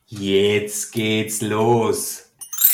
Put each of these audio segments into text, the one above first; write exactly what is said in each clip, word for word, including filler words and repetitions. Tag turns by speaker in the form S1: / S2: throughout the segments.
S1: Jetzt geht's los.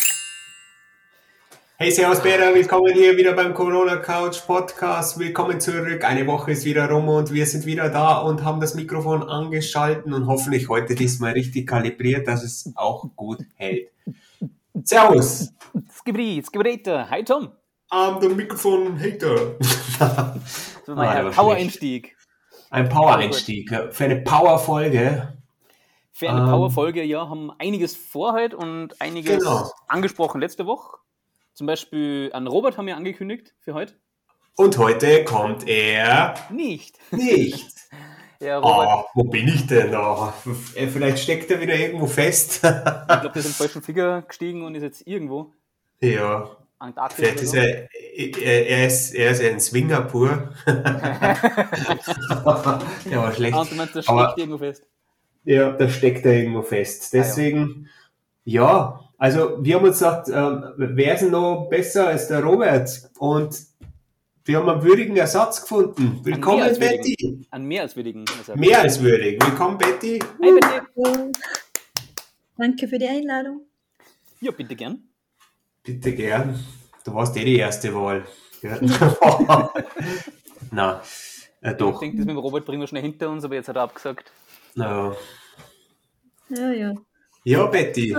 S1: Hey, servus Bera, willkommen hier wieder beim Corona Couch Podcast. Willkommen zurück. Eine Woche ist wieder rum und wir sind wieder da und haben das Mikrofon angeschalten und hoffentlich heute diesmal richtig kalibriert, dass es auch gut hält. Servus.
S2: Skibri, Skibrita. Hi Tom.
S1: Am um, Mikrofon Hater.
S2: Das war mein ah, Power-Einstieg.
S1: Ein Power-Einstieg für eine Power-Folge.
S2: Für eine um, Power-Folge, ja, haben einiges vor heute und einiges genau. angesprochen letzte Woche. Zum Beispiel an Robert haben wir angekündigt für heute.
S1: Und heute kommt er
S2: nicht.
S1: Nicht.
S2: Ja, Robert.
S1: Oh, wo bin ich denn da? Vielleicht steckt er wieder irgendwo fest.
S2: Ich glaube, der ist im falschen Flieger gestiegen und ist jetzt irgendwo.
S1: Ja.
S2: Antarktis.
S1: Vielleicht ist er, er, er, ist, er ist ein Swinger pur. Der war schlecht.
S2: Ah, und du meinst, der steckt Aber, irgendwo fest?
S1: Ja, da steckt er irgendwo fest. Deswegen, ah, ja. ja, also wir haben uns gesagt, äh, wer ist denn noch besser als der Robert? Und wir haben einen würdigen Ersatz gefunden. Willkommen, Betty.
S2: Einen mehr als würdigen
S1: Ersatz. Mehr als würdig. Willkommen, Betty.
S2: Hi, Betty.
S3: Danke für die Einladung.
S2: Ja, bitte gern.
S1: Bitte gern. Du warst eh die erste Wahl. Ja. Nein, äh, doch.
S2: Ich denke, das mit dem Robert bringen wir schnell hinter uns, aber jetzt hat er abgesagt.
S1: No.
S3: Ja, ja.
S1: Ja, Betty.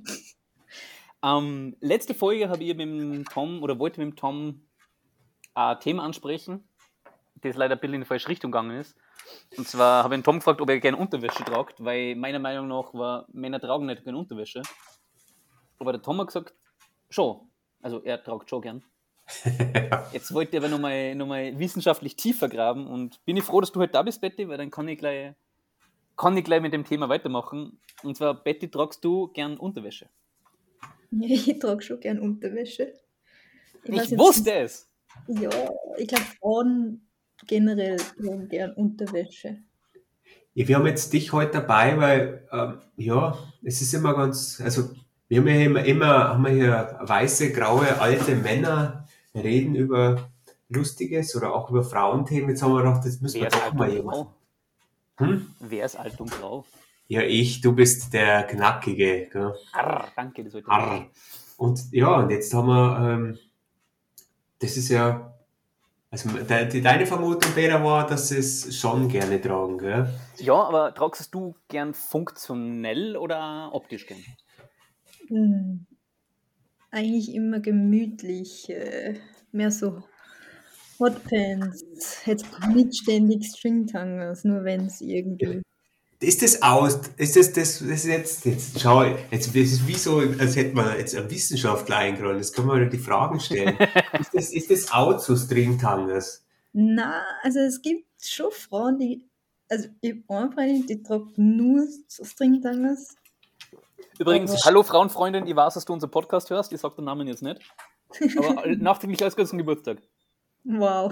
S2: Ähm, letzte Folge habe ich mit dem Tom oder wollte mit dem Tom ein Thema ansprechen, das leider ein bisschen in die falsche Richtung gegangen ist. Und zwar habe ich den Tom gefragt, ob er gerne Unterwäsche tragt, weil meiner Meinung nach war, Männer tragen nicht gerne Unterwäsche. Aber der Tom hat gesagt, schon. Also er tragt schon gern. Jetzt wollte ich aber nochmal noch mal wissenschaftlich tiefer graben und bin ich froh, dass du heute da bist, Betty, weil dann kann ich gleich, kann ich gleich mit dem Thema weitermachen. Und zwar, Betty, tragst du gern Unterwäsche?
S3: Ja, ich trage schon gern Unterwäsche.
S2: Ich, ich wusste nicht, es!
S3: Ja, ich glaube, Frauen generell tragen gern Unterwäsche.
S1: Ja, wir haben jetzt dich heute dabei, weil, ähm, ja, es ist immer ganz, also wir haben ja immer, immer haben wir hier weiße, graue, alte Männer reden über Lustiges oder auch über Frauenthemen. Jetzt haben wir gedacht, das müssen wir doch mal jemand.
S2: Hm? Wer ist alt und grau?
S1: Ja, ich, du bist der Knackige. Gell?
S2: Arr, danke, das wollte
S1: ich Arr. Und ja, und jetzt haben wir, ähm, das ist ja, also de, de, deine Vermutung, Bera, war, dass sie es schon gerne tragen, gell?
S2: Ja, aber tragst du gern funktionell oder optisch gern?
S3: Hm. Eigentlich immer gemütlich, äh, mehr so Hotpants, jetzt nicht ständig Stringtangers, nur wenn es irgendwie...
S1: Ist das aus, ist das, das, das ist jetzt, jetzt, schau, jetzt, das ist wie so, als hätte man jetzt einen Wissenschaftler eingeladen, jetzt können wir mal die Fragen stellen. ist das, ist das out, so Stringtangers?
S3: Na, also es gibt schon Frauen, die, also ich habe eine Freundin, die tragt nur so Stringtangers.
S2: Übrigens, aber hallo Frauenfreundin, ich weiß, dass du unseren Podcast hörst, ich sag den Namen jetzt nicht, aber nachträglich alles Gute zum Geburtstag.
S3: Wow.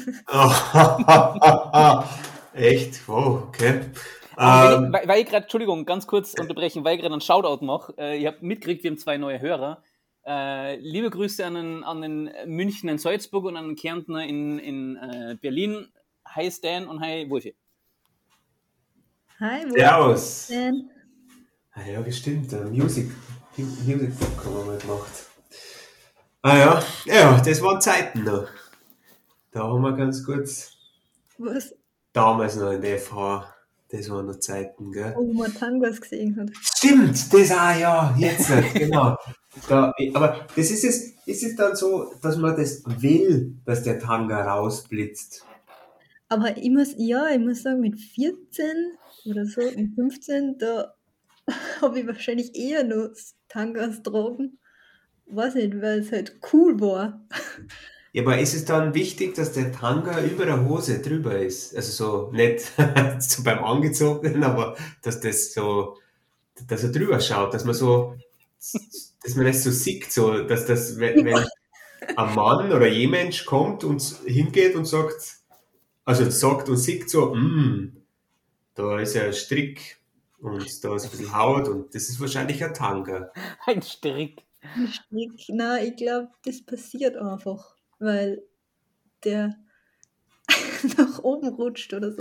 S1: Echt? Wow, okay.
S2: Um, ich, weil, weil ich gerade, Entschuldigung, ganz kurz unterbrechen, weil ich gerade einen Shoutout mache. Äh, ich habe mitgekriegt, wir haben zwei neue Hörer. Äh, liebe Grüße an den, an den Münchner in Salzburg und an den Kärntner in, in äh, Berlin. Hi Stan und hi Wolfi.
S3: Hi Wolfi.
S1: Servus. Stan. Ah ja, bestimmt. Uh, Music. Music haben wir gemacht. Ah ja, ja, das waren Zeiten noch. Da haben wir ganz kurz.
S3: Was?
S1: Damals noch in der F H. Das waren noch Zeiten, gell?
S3: Wo man Tangas gesehen hat.
S1: Stimmt, das auch, ja, jetzt, genau. Da, aber das ist es, ist es dann so, dass man das will, dass der Tanga rausblitzt?
S3: Aber ich muss, ja, ich muss sagen, mit vierzehn oder so, mit fünfzehn, da habe ich wahrscheinlich eher nur Tangas tragen. Weiß nicht, weil es halt cool war.
S1: Ja, aber ist es dann wichtig, dass der Tanga über der Hose drüber ist? Also so nicht so beim Angezogenen, aber dass das so, dass er drüber schaut, dass man so, dass man das so sieht, so, dass das, wenn, wenn ein Mann oder jemand kommt und hingeht und sagt, also sagt und sieht so, mm, da ist ja ein Strick und da ist ein bisschen Haut und das ist wahrscheinlich ein Tanga.
S2: Ein Strick.
S3: Ein Strick, nein, ich glaube, das passiert einfach. Weil der nach oben rutscht oder so.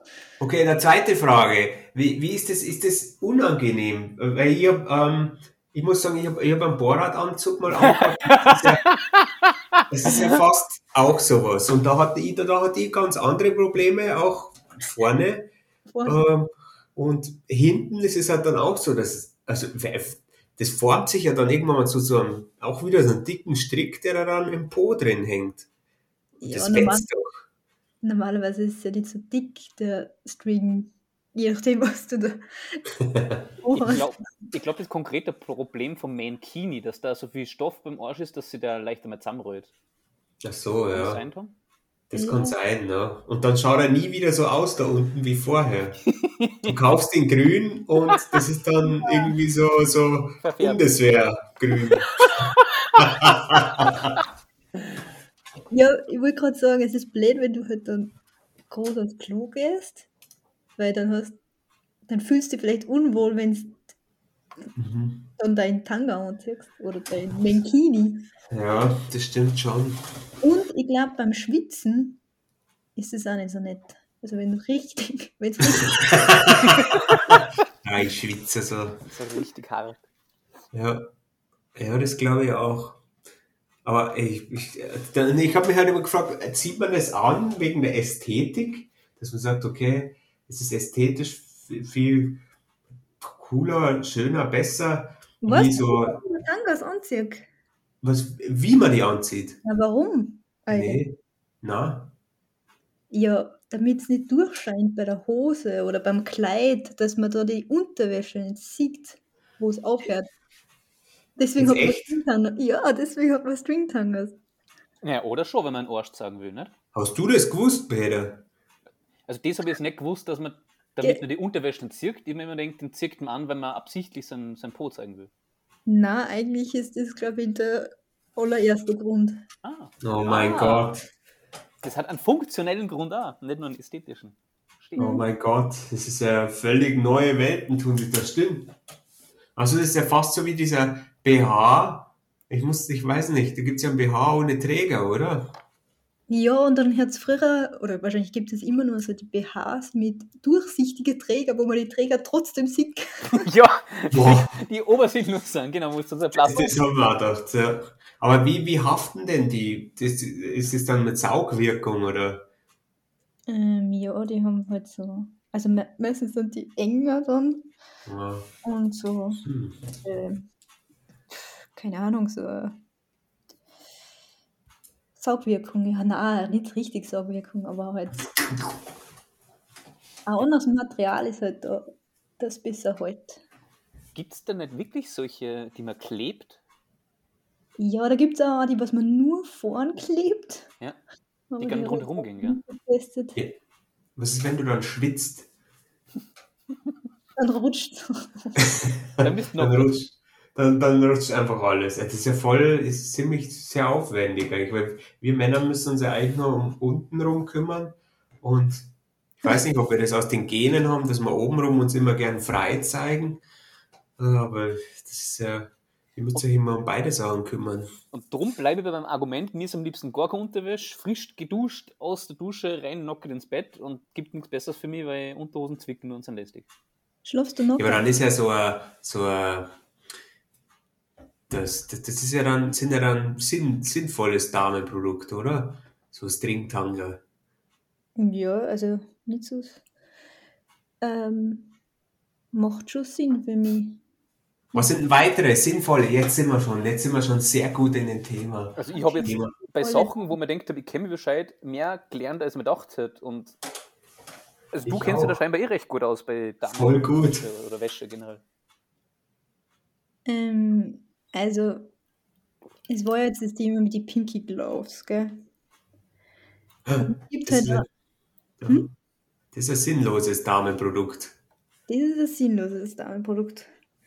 S1: Okay, eine zweite Frage. Wie, wie ist das, ist das unangenehm? Weil ich hab, ähm, ich muss sagen, ich habe ich hab einen Bohrradanzug mal angehabt. Das ist ja, das ist ja fast auch sowas. Und da hatte ich, da, da hatte ich ganz andere Probleme, auch vorne.
S3: Vorne.
S1: Ähm, und hinten ist es halt dann auch so, dass, also, das formt sich ja dann irgendwann mal zu so einem, auch wieder so einen dicken Strick, der da dann im Po drin hängt. Und
S3: Ja,
S1: das
S3: normal,
S1: fetzt doch.
S3: normalerweise ist es ja nicht so dick, der String, je nachdem, was du da
S2: Ich
S3: hast.
S2: glaube, ich glaub, das konkrete Problem vom Mankini, dass da so viel Stoff beim Arsch ist, dass sie da leicht einmal zusammenrollt.
S1: Ach so,
S2: Kann das
S1: ja.
S2: sein, Tom?
S1: Das
S3: Ja.
S1: kann sein, ne? Und dann schaut er nie wieder so aus da unten wie vorher. Du kaufst ihn grün und das ist dann irgendwie so, so
S2: Verfärbt.
S1: Bundeswehrgrün.
S3: Ja, ich wollte gerade sagen, es ist blöd, wenn du halt dann groß aufs Klo gehst, weil dann hast, dann fühlst du dich vielleicht unwohl, wenn du
S1: Mhm.
S3: dann deinen Tanga anziehst oder dein Mankini.
S1: Ja, das stimmt schon.
S3: Und ich glaube, beim Schwitzen ist es auch nicht so nett. Also wenn du richtig, wenn es richtig,
S1: Ja, ich schwitze so.
S2: So richtig hart.
S1: Ja, ja, das glaube ich auch. Aber ich, ich, dann- ich habe mich halt immer gefragt, zieht man das an wegen der Ästhetik? Dass man sagt, okay, es ist ästhetisch viel, viel cooler, schöner, besser,
S3: was?
S1: wie so,
S3: Wenn man Tangas anzieht?
S1: was, wie man die anzieht.
S3: Ja, warum? Eigentlich?
S1: Nee, na,
S3: Ja, damit es nicht durchscheint bei der Hose oder beim Kleid, dass man da die Unterwäsche nicht sieht, wo es aufhört. Deswegen
S1: Jetzt
S3: hat man
S1: echt?
S3: Stringtangas. Ja, deswegen hat man Stringtangas.
S2: Ja, oder schon, wenn man einen Arsch sagen will, nicht?
S1: Hast du das gewusst, Peter?
S2: Also das habe ich jetzt nicht gewusst, dass man, damit
S3: Ge-
S2: man die Unterwäsche nicht zirkt, ich mir immer denkt, den zirkt man an, wenn man absichtlich sein, sein Po zeigen will.
S3: Na, eigentlich ist das, glaube ich, der allererste Grund.
S2: Ah,
S1: Oh mein
S2: Ah.
S1: Gott,
S2: das hat einen funktionellen Grund auch, nicht nur einen ästhetischen. Steht.
S1: oh mein Gott, das ist ja völlig neue Welten tun sich, das stimmt. Also das ist ja fast so wie dieser B H. Ich muss, ich weiß nicht, da gibt es ja einen B H ohne Träger, oder?
S3: Ja, und dann hat es früher, oder wahrscheinlich gibt es immer nur so die B Hs mit durchsichtigen Träger, wo man die Träger trotzdem sieht.
S2: Ja,
S1: Boah.
S2: die Obersicht nur sagen, genau, wo es so ein
S1: Das,
S2: Blatt
S1: das haben wir auch gedacht, ja. Aber wie, wie haften denn die? Das, ist das dann mit Saugwirkung, oder?
S3: Ähm, ja, die haben halt so, also me meistens sind die enger dann
S1: Ja.
S3: und so,
S1: Hm.
S3: ähm, keine Ahnung, so eine Saugwirkung. Ja, na, nicht richtig Saugwirkung, aber halt ein anderes Material ist halt da, das besser hält.
S2: Gibt es denn nicht wirklich solche, die man klebt?
S3: Ja, da gibt es auch die, was man nur vorn klebt.
S2: Ja,
S3: Aber
S2: die können
S3: habe ich
S2: rundherum gehen,
S3: auch
S2: gell?
S3: nie getestet.
S1: Ja. Was ist, wenn du dann schwitzt?
S3: Dann rutscht
S2: Dann bist du
S1: Dann
S2: noch
S1: rutscht, dann, dann rutscht einfach alles. Das ist ja voll, ist ziemlich sehr aufwendig eigentlich, weil wir Männer müssen uns ja eigentlich nur um unten rum kümmern und ich weiß nicht, ob wir das aus den Genen haben, dass wir obenrum uns immer gern frei zeigen, aber das ist ja, wir müssen sich immer um beide Sachen kümmern.
S2: Und darum bleibe ich bei meinem Argument, mir ist am liebsten gar keine Unterwäsche, frisch geduscht, aus der Dusche, rein, knocket ins Bett und gibt nichts Besseres für mich, weil Unterhosen zwicken und sind lästig.
S3: Schlafst du noch?
S1: Ja, aber dann ist ja so ein, so ein das, das, das ist ja dann, sind ja dann sinn, sinnvolles Damenprodukt, oder? So Stringtanga.
S3: Ja, also nicht so. Ähm, macht schon Sinn für mich.
S1: Was sind weitere sinnvolle? Jetzt sind wir schon, jetzt sind wir schon sehr gut in dem Thema.
S2: Also ich habe jetzt
S1: Thema.
S2: bei
S3: Voll.
S2: Sachen, wo man denkt, ich kenne mich Bescheid, mehr gelernt, als man gedacht hat. Und also du
S1: Ich
S2: kennst dich da
S1: auch.
S2: scheinbar eh recht gut aus bei Damen
S1: Voll gut.
S2: oder, oder Wäsche generell.
S3: Ähm, also, es war jetzt das Thema mit den Pinky Gloves, gell? Und es gibt
S1: Das
S3: halt
S1: ist,
S3: auch,
S1: ein, ja, das ist ein sinnloses Damenprodukt.
S3: das ist ein sinnloses Damenprodukt.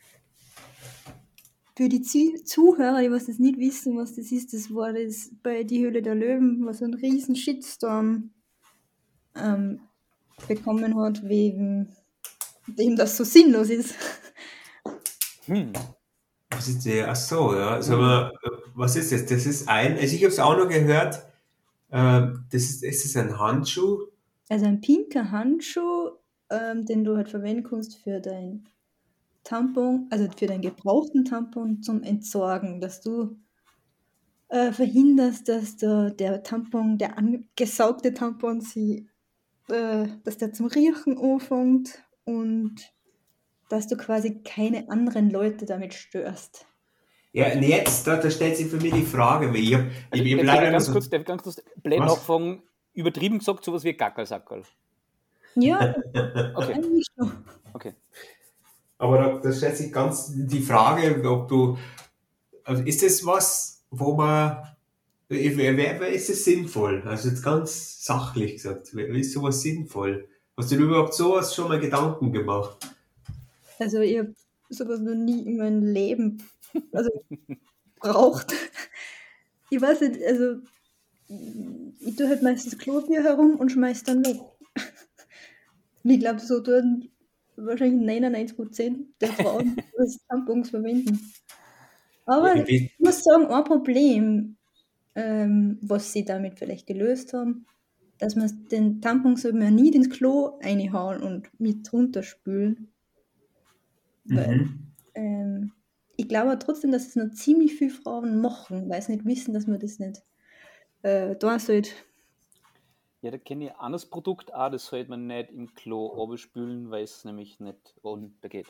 S3: Für die Zu Zuhörer, die was das nicht wissen, was das ist, das war das bei Die Höhle der Löwen, was einen riesen Shitstorm ähm, bekommen hat, wegen dem das so sinnlos ist.
S2: Hm.
S1: Was ist der? Ach so, ja. Sag mal, was ist das? Das ist ein, also ich habe es auch noch gehört, äh, das ist, ist es ein Handschuh
S3: Also ein pinker Handschuh, ähm, den du halt verwenden kannst für dein Tampon, also für deinen gebrauchten Tampon zum Entsorgen, dass du äh, verhinderst, dass der, der Tampon, der angesaugte Tampon, sie, äh, dass der zum Riechen anfängt und dass du quasi keine anderen Leute damit störst.
S1: Ja, und jetzt, da, da stellt sich für mich die Frage, weil ich habe
S2: Also,
S1: ich, ich hab
S2: darf ich
S1: leider immer
S2: ganz
S1: so...
S2: kurz, darf ich ganz kurz blöd
S1: Was?
S2: nachfragen, übertrieben gesagt, sowas wie Gackersackerl.
S3: Ja,
S2: Okay,
S3: eigentlich schon.
S2: okay.
S1: Aber da, da stellt sich ganz die Frage, ob du... Also ist das was, wo man... Wer, wer wer ist es sinnvoll? Also jetzt ganz sachlich gesagt, wer- ist sowas sinnvoll? Hast du dir überhaupt sowas schon mal Gedanken gemacht?
S3: Also ich habe sowas noch nie in meinem Leben also braucht. Ich weiß nicht, also ich tue halt meistens Klopapier herum und schmeiß dann weg. Und ich glaube, so tun wahrscheinlich neunundneunzig Prozent der Frauen, die das Tampons verwenden. Aber
S1: Ich bin,
S3: ich muss sagen, ein Problem, ähm, was sie damit vielleicht gelöst haben, dass man den Tampon soll man nie ins Klo reinhauen und mit runterspülen. Weil
S1: mhm.
S3: ähm, ich glaube trotzdem, dass es noch ziemlich viele Frauen machen, weil sie nicht wissen, dass man das nicht äh, da sollte.
S2: Ja, da kenne ich ein anderes Produkt auch, das sollte man nicht im Klo runterspülen, weil es nämlich nicht runtergeht.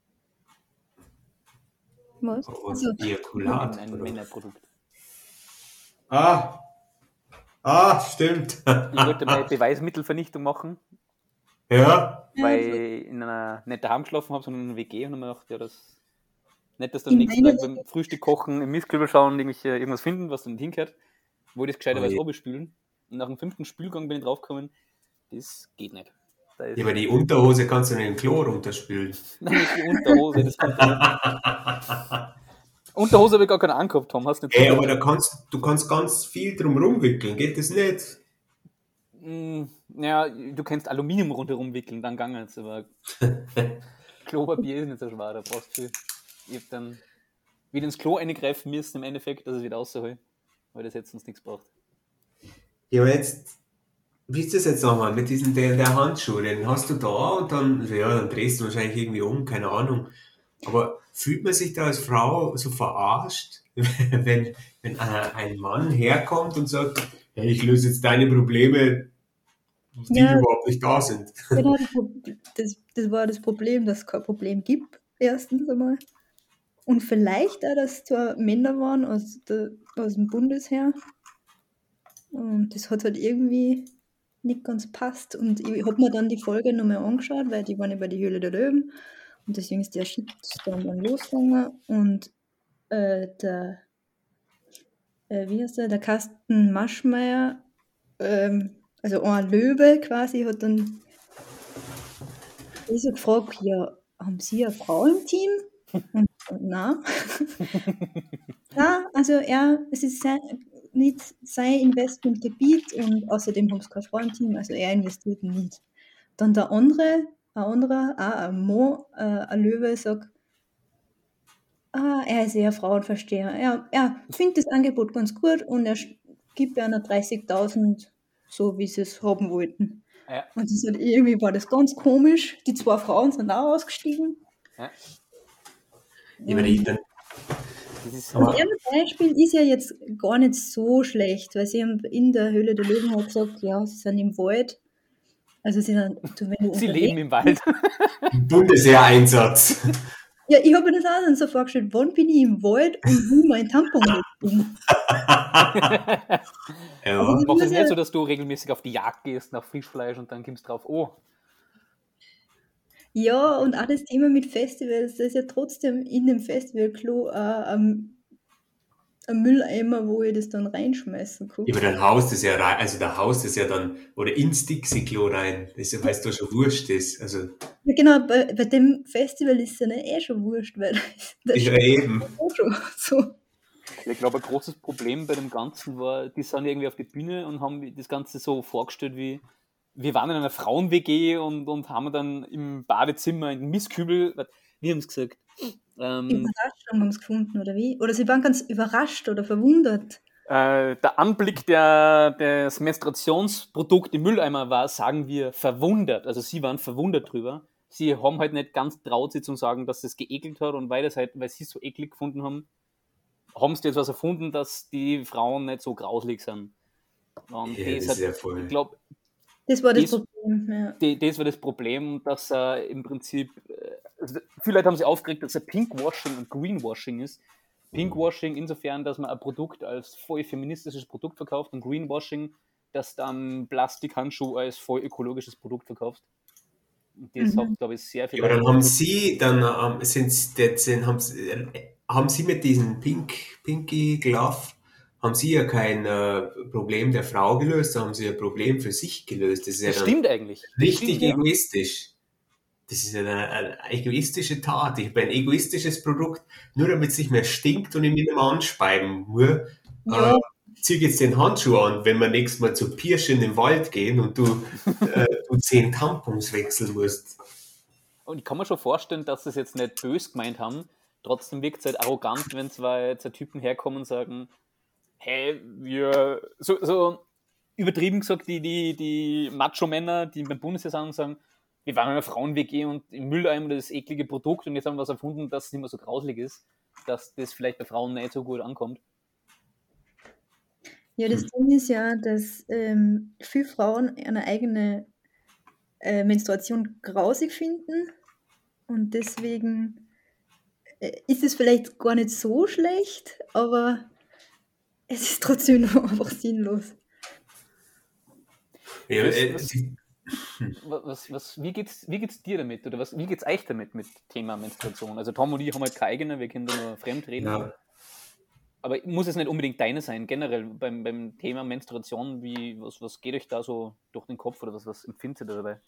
S3: Was?
S1: Oh,
S3: Also,
S2: Ein,
S1: Ejakulat,
S2: ein
S1: oder?
S2: Männerprodukt.
S1: Ah, ah, stimmt.
S2: Ich wollte mal Beweismittelvernichtung machen,
S1: Ja,
S3: ja,
S2: weil
S3: also,
S2: ich in einer, nicht daheim geschlafen habe, sondern in einer W G und habe mir gedacht, ja, das nicht, dass dann am
S3: ich
S2: nächsten
S3: meine,
S2: Tag beim Frühstück kochen im Mistkübel schauen und irgendwelche, irgendwas finden, was dann nicht hingehört, wollte ich es gescheiterweise
S1: Ui.
S2: runterspülen. Und nach dem fünften Spülgang bin ich draufgekommen, das geht nicht. Da ist
S1: ja, aber die Unterhose kannst du nicht im Klo runterspülen.
S2: Nein, nicht die Unterhose, das kommt dann nicht. Unterhose habe ich gar keine angehabt, Tom, hast du nicht
S1: Ey, aber
S2: zugehört?
S1: da kannst, du kannst ganz viel drum rumwickeln, geht das nicht?
S2: Mm, ja, du kannst Aluminium rundherum wickeln, dann gang es, aber Klopapier ist nicht so schwer, da brauchst du viel. Ich hab dann wieder ins Klo eingreifen müssen im Endeffekt, dass ich es wieder raushole, weil das jetzt sonst nichts braucht.
S1: Ja, aber jetzt, wie ist das jetzt nochmal mit diesem, der, der Handschuh, den hast du da und dann, ja, dann drehst du wahrscheinlich irgendwie um, keine Ahnung. Aber fühlt man sich da als Frau so verarscht, wenn, wenn äh, ein Mann herkommt und sagt, hey, ich löse jetzt deine Probleme, die
S3: ja,
S1: überhaupt nicht da sind?
S3: genau, das, Pro- das, das war das Problem, dass es kein Problem gibt, erstens einmal. Und vielleicht auch, dass es zwar Männer waren aus, der, aus dem Bundesheer. Und das hat halt irgendwie nicht ganz passt. Und ich habe mir dann die Folge nochmal angeschaut, weil die waren über die Höhle der Löwen. Und deswegen ist der Shitstorm dann losgegangen. Und äh, der, äh, wie heißt der, der Carsten Maschmeyer, ähm, also ein Löwe quasi, hat dann so gefragt, ja, haben Sie eine Frau im Team? Und na, ja, also er, es ist sein, nicht sein Investmentgebiet und außerdem haben sie keine Frau im Team, also er investiert nicht. Dann der andere, ein anderer, auch ein Mo, äh, ein Löwe, sagt, ah, er ist eher Frauenversteher. Er, er findet das Angebot ganz gut und er sch- gibt einer dreißigtausend, so wie sie es haben wollten.
S2: Ja,
S3: Und das hat, irgendwie war das ganz komisch. Die zwei Frauen sind auch ausgestiegen.
S2: ja.
S1: Ich meine, ich
S3: Und,
S1: dann,
S2: Das ist,
S3: und
S1: aber,
S3: ihr Beispiel ist ja jetzt gar nicht so schlecht, weil sie haben in der Höhle der Löwen halt gesagt, ja, sie sind im Wald. Also sie sind, du, wenn du
S2: sie
S3: unterwegs
S2: leben im Wald.
S1: Bundesheereinsatz.
S3: Ja, ich habe mir das auch dann so vorgestellt, wann bin ich im Wald und will mein Tampon wechseln. Also
S1: Ja.
S3: das
S2: Machst du
S3: muss
S2: es
S3: ja,
S2: nicht so, dass du regelmäßig auf die Jagd gehst nach Frischfleisch und dann kommst drauf, oh,
S3: ja, und auch das Thema mit Festivals, da ist ja trotzdem in dem Festivalklo auch ein, ein Mülleimer, wo ich das dann reinschmeißen kann.
S1: Ja, aber dann haust es ja rein, also da haust es ja dann, oder ins Dixie-Klo rein, das ist ja, weil es da schon wurscht ist. Also,
S3: Ja, genau, bei, bei dem Festival ist es ja nicht eh schon wurscht, weil da
S1: ja
S3: steht
S1: eben.
S3: auch schon so.
S2: ich glaube, ein großes Problem bei dem Ganzen war, die sind irgendwie auf die Bühne und haben das Ganze so vorgestellt wie, wir waren in einer Frauen-W G und, und haben dann im Badezimmer in Mistkübel, wie haben sie gesagt, ähm,
S3: Überraschung haben sie gefunden, oder wie? Oder sie waren ganz überrascht oder verwundert.
S2: Äh, der Anblick der, des Menstruationsprodukts im Mülleimer war, sagen wir, verwundert. Also sie waren verwundert drüber. Sie haben halt nicht ganz traut, sie zu sagen, dass es geekelt hat und weil, das halt, weil sie es so eklig gefunden haben, haben sie jetzt was erfunden, dass die Frauen nicht so grauslig sind. Und
S1: Ja,
S2: das
S1: das
S2: hat,
S1: ist ja voll.
S2: ich glaube,
S3: Das war das
S2: das,
S3: Problem, ja.
S2: die, das war das Problem, dass äh, im Prinzip, äh, also viele Leute haben sich aufgeregt, dass er Pinkwashing und Greenwashing ist. Pinkwashing insofern, dass man ein Produkt als voll feministisches Produkt verkauft und Greenwashing, dass dann Plastikhandschuh als voll ökologisches Produkt verkauft. Und das
S3: Mhm.
S2: hat, glaube ich, sehr viel.
S1: Ja, aber dann haben Sie, dann ähm, sind, sind, haben, Sie- äh, haben Sie mit diesem Pink, Pinky Glove, haben Sie ja kein äh, Problem der Frau gelöst, da haben Sie ein Problem für sich gelöst. Das ist ja
S2: Das
S1: dann
S2: stimmt eigentlich. Das
S1: richtig
S2: stimmt, ja.
S1: egoistisch. Das ist eine, eine egoistische Tat. Ich habe ein egoistisches Produkt, nur damit es nicht mehr stinkt und ich mich nicht mehr anspeiben muss.
S3: Ja,
S1: Äh, zieh jetzt den Handschuh an, wenn wir nächstes Mal zu Pirsch in den Wald gehen und du, äh, du zehn Tampons wechseln musst.
S2: Und ich kann mir schon vorstellen, dass sie es jetzt nicht böse gemeint haben. Trotzdem wirkt es halt arrogant, wenn zwei, zwei Typen herkommen und sagen, hey, wir, so, so übertrieben gesagt, die, die, die Macho-Männer, die beim Bundesheer sind und sagen, wir waren in einer Frauen-W G und im Mülleimer das eklige Produkt und jetzt haben wir was erfunden, das nicht mehr so grauslig ist, dass das vielleicht bei Frauen nicht so gut ankommt.
S3: ja, das Ding ist ja, dass ähm, viele Frauen eine eigene äh, Menstruation grausig finden und deswegen äh, ist es vielleicht gar nicht so schlecht, aber es ist trotzdem noch einfach sinnlos.
S1: Ja,
S2: Was-
S1: äh,
S2: was-
S1: die,
S2: Was, was, wie geht's, wie geht's dir damit? Oder was, wie geht's euch damit mit Thema Menstruation? Also Tom und ich haben halt keine eigene, wir können da nur fremd reden.
S1: ja,
S2: Aber muss es nicht unbedingt deine sein, generell beim, beim Thema Menstruation, wie, was, was geht euch da so durch den Kopf oder was, was empfindet ihr dabei?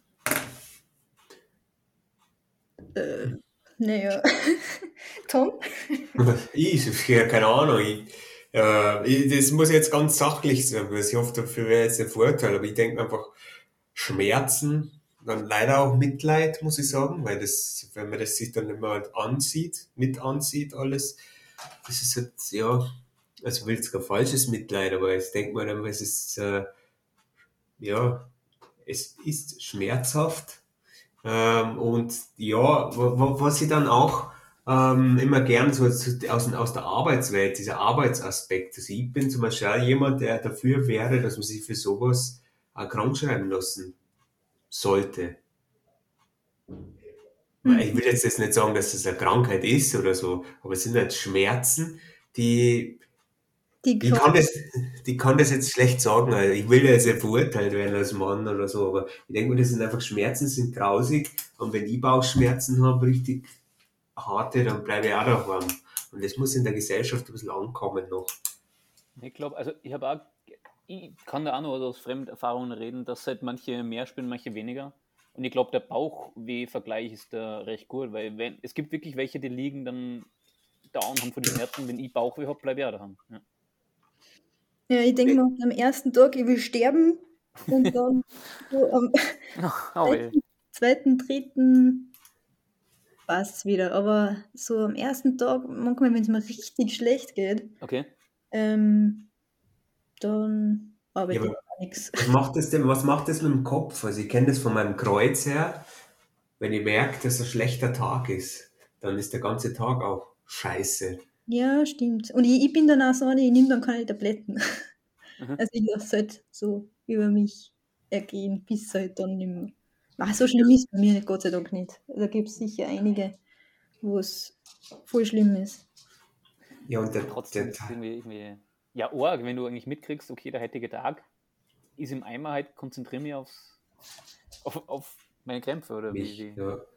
S3: Äh, naja. Tom?
S1: ich, ich ja, keine Ahnung. Ich, äh, ich, das muss ich jetzt ganz sachlich sagen, weil ich hoffe, dafür wäre jetzt ein Vorteil, aber ich denke einfach, Schmerzen, dann leider auch Mitleid, muss ich sagen, weil das, wenn man das sich dann immer halt ansieht, mit ansieht, alles, das ist halt, ja, also ich will jetzt kein falsches Mitleid, aber ich denke mal dann, es ist, äh, ja, es ist schmerzhaft. Ähm, und ja, wa- wa- was ich dann auch ähm, immer gern so aus, aus aus der Arbeitswelt, dieser Arbeitsaspekt. Also ich bin zum Beispiel auch jemand, der dafür wäre, dass man sich für sowas auch krank schreiben lassen sollte. Weil Ich
S3: Mhm.
S1: will jetzt das nicht sagen, dass das eine Krankheit ist oder so, aber es sind halt Schmerzen, die
S3: Die
S1: ich
S3: kann,
S1: kann das, ich kann das jetzt schlecht sagen. Also ich will ja jetzt nicht verurteilt werden als Mann oder so, aber ich denke mir, das sind einfach Schmerzen, sind grausig. Und wenn ich Bauchschmerzen habe, richtig harte, dann bleibe ich auch daheim. Und das muss in der Gesellschaft ein bisschen ankommen noch.
S2: Ich glaube, also ich habe auch, ich kann da auch noch aus Fremderfahrungen reden, dass halt manche mehr spüren, manche weniger. Und ich glaube, der Bauchweh-Vergleich ist da recht gut, weil wenn, es gibt wirklich welche, die liegen dann da und haben von den Schmerzen, wenn ich Bauchweh habe, bleibe ich auch daheim. Ja.
S3: ja, ich denke mal, am ersten Tag, ich will sterben und dann so am
S2: Oh, weh.
S3: zweiten, zweiten, dritten passt es wieder. Aber so am ersten Tag, manchmal, wenn es mir richtig schlecht geht,
S2: Okay.
S3: ähm, dann
S1: Ja,
S3: arbeite ich
S1: aber
S3: gar nichts.
S1: was macht das denn, was macht das mit dem Kopf? Also ich kenne das von meinem Kreuz her. Wenn ich merke, dass ein schlechter Tag ist, dann ist der ganze Tag auch scheiße.
S3: Ja, stimmt. Und ich, ich bin dann auch so eine, ich nehme dann keine Tabletten.
S2: Mhm.
S3: Also ich lasse halt so über mich ergehen, bis halt dann nicht mehr. Ach, so schlimm ist es bei mir nicht, Gott sei Dank nicht. Da gibt es sicher einige, wo es voll schlimm ist.
S1: Ja, und der,
S2: Trotzdem
S1: der
S2: ist es irgendwie, irgendwie, ja, arg, wenn du eigentlich mitkriegst, okay, der heutige Tag ist im Eimer, halt konzentriere mich aufs, auf, auf meine Krämpfe oder wie,
S1: mich,
S2: wie.
S1: ja.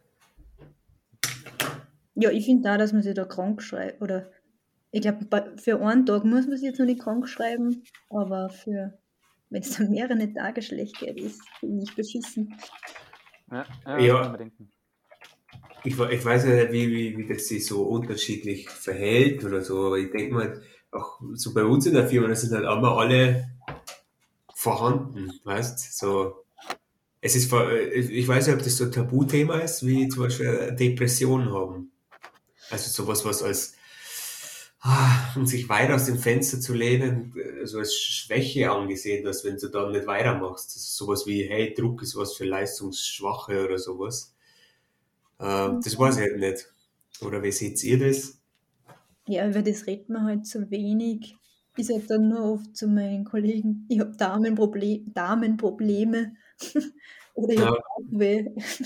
S3: Ja, ich finde auch, dass man sich da krank schreibt. Oder ich glaube, für einen Tag muss man sich jetzt noch nicht krank schreiben, aber für, wenn es dann mehrere Tage schlecht geht, ist finde ich beschissen.
S2: Ja, ja,
S1: Ja.
S2: kann ich mir denken.
S1: Ich, we- ich weiß ja nicht, wie, wie, wie das sich so unterschiedlich verhält oder so, aber ich denke mal, auch so bei uns in der Firma, das sind halt immer alle vorhanden, weißt so. Es ist, ver- ich weiß nicht, ob das so ein Tabuthema ist, wie zum Beispiel Depressionen haben. Also sowas, was als, ah, und sich weit aus dem Fenster zu lehnen, äh, so als Schwäche angesehen, dass wenn du dann nicht weitermachst. Das ist sowas wie, hey, Druck ist was für Leistungsschwache oder sowas. Äh, das weiß ich halt nicht. Oder wie seht ihr das?
S3: Ja, über das redet man halt so wenig. Ich sage dann nur oft zu meinen Kollegen, ich habe Damenproble Damenprobleme oder ich
S1: Ja,
S3: habe Bauchweh.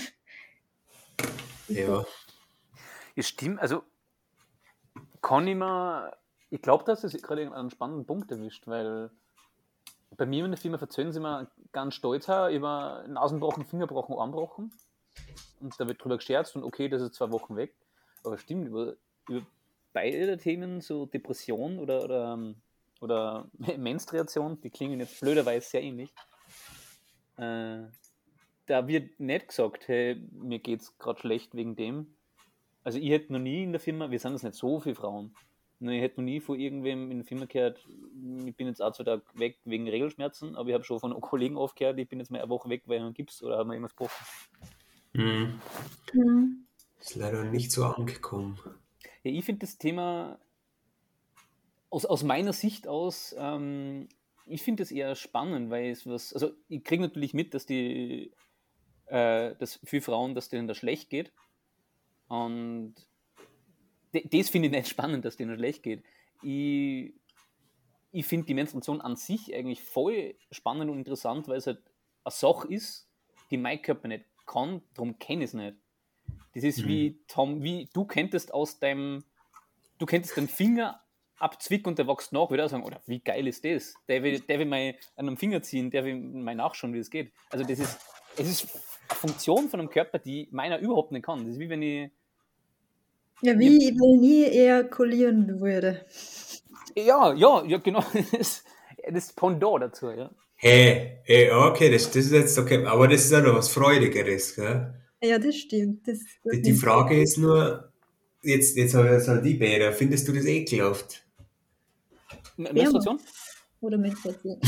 S1: ja.
S2: Ja, stimmt. Also kann ich mir, ich glaube, dass es gerade einen spannenden Punkt erwischt, weil bei mir in der Firma verzögern sie mir ganz stolz her über Nasenbrochen, Fingerbrochen, Armbrochen. Und da wird drüber gescherzt und okay, das ist zwei Wochen weg. Aber stimmt, über, über beide der Themen, so Depression oder, oder, oder Menstruation, die klingen jetzt blöderweise sehr ähnlich. Äh, da wird nicht gesagt, hey, mir geht's gerade schlecht wegen dem. Also ich hätte noch nie in der Firma, wir sind das nicht so viele Frauen, nur ich hätte noch nie von irgendwem in der Firma gehört, ich bin jetzt auch zwei Tage weg wegen Regelschmerzen, aber ich habe schon von einem Kollegen oft gehört, ich bin jetzt mal eine Woche weg, weil ich einen Gips oder habe mir irgendwas gebrochen.
S1: Mhm.
S3: Mhm.
S1: Ist leider nicht so angekommen.
S2: Ja, ich finde das Thema aus, aus meiner Sicht aus, ähm, ich finde das eher spannend, weil es was, also ich kriege natürlich mit, dass die, äh, dass viele Frauen, dass denen das schlecht geht. Und d- das finde ich nicht spannend, dass denen schlecht geht. Ich, ich finde die Menstruation an sich eigentlich voll spannend und interessant, weil es halt eine Sache ist, die mein Körper nicht kann, darum kenne ich es nicht. Das ist
S1: Mhm.
S2: wie, Tom, wie du könntest aus deinem, du könntest den Finger abzwicken und der wächst nach wieder sagen, oder wie geil ist das? Der will, der will mal an einem Finger ziehen, der will mal nachschauen, wie das geht. Also das ist, es ist eine Funktion von einem Körper, die meiner überhaupt nicht kann. Das ist wie wenn ich,
S3: Ja, wie wenn ich ejakulieren würde.
S2: ja, ja, ja, genau, das, das Pendant dazu, ja.
S1: Hey, hey, okay, das, das ist jetzt okay, aber das ist ja noch was Freudigeres, gell?
S3: Ja, das stimmt. Das, das
S1: Die, die
S3: nimmt-
S1: Frage ist nur, jetzt, jetzt habe ich jetzt halt die Bäder, findest du das ekelhaft?
S2: M- Menstruation?
S3: Oder Menstruation.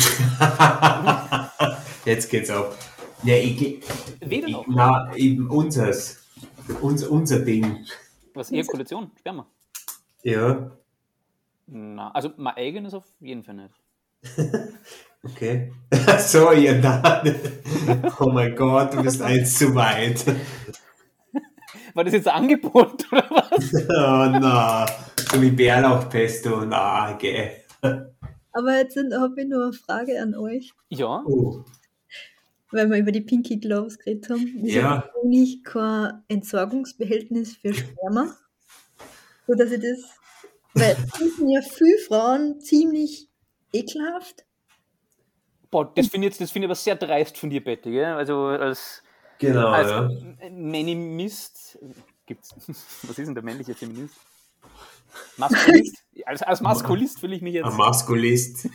S1: Jetzt geht's ab. Ja, ich,
S2: Weder
S1: ich,
S2: noch.
S1: na, eben unseres, unser, unser Ding.
S2: Was, Ejakulation? Sperma?
S1: Ja,
S2: Na, also mein eigenes auf jeden Fall nicht.
S1: okay. So, ihr dann. Oh mein Gott, du bist eins zu weit.
S2: War das jetzt ein Angebot oder was?
S1: Oh na, so wie Bärlauchpesto, na, gell.
S3: Aber jetzt habe ich noch eine Frage an euch,
S2: Ja,
S1: Oh,
S3: weil wir über die Pinky Gloves geredet haben. Wieso
S1: Ja.
S3: gibt es eigentlich kein Entsorgungsbehältnis für Sperma? So dass ich das. Weil das sind ja viele Frauen ziemlich ekelhaft.
S2: boah, das finde ich, jetzt- das finde ich aber sehr dreist von dir, Betty, gell? Also als,
S1: genau,
S2: als
S1: ja.
S2: Menimist, gibt's, was ist denn der männliche Feminist? Maskulist? Als, als Maskulist will ich mich
S1: Ein
S2: jetzt...
S1: Maskulist.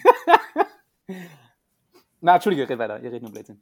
S2: Na, Entschuldige, red weiter, ihr redet nur Blödsinn.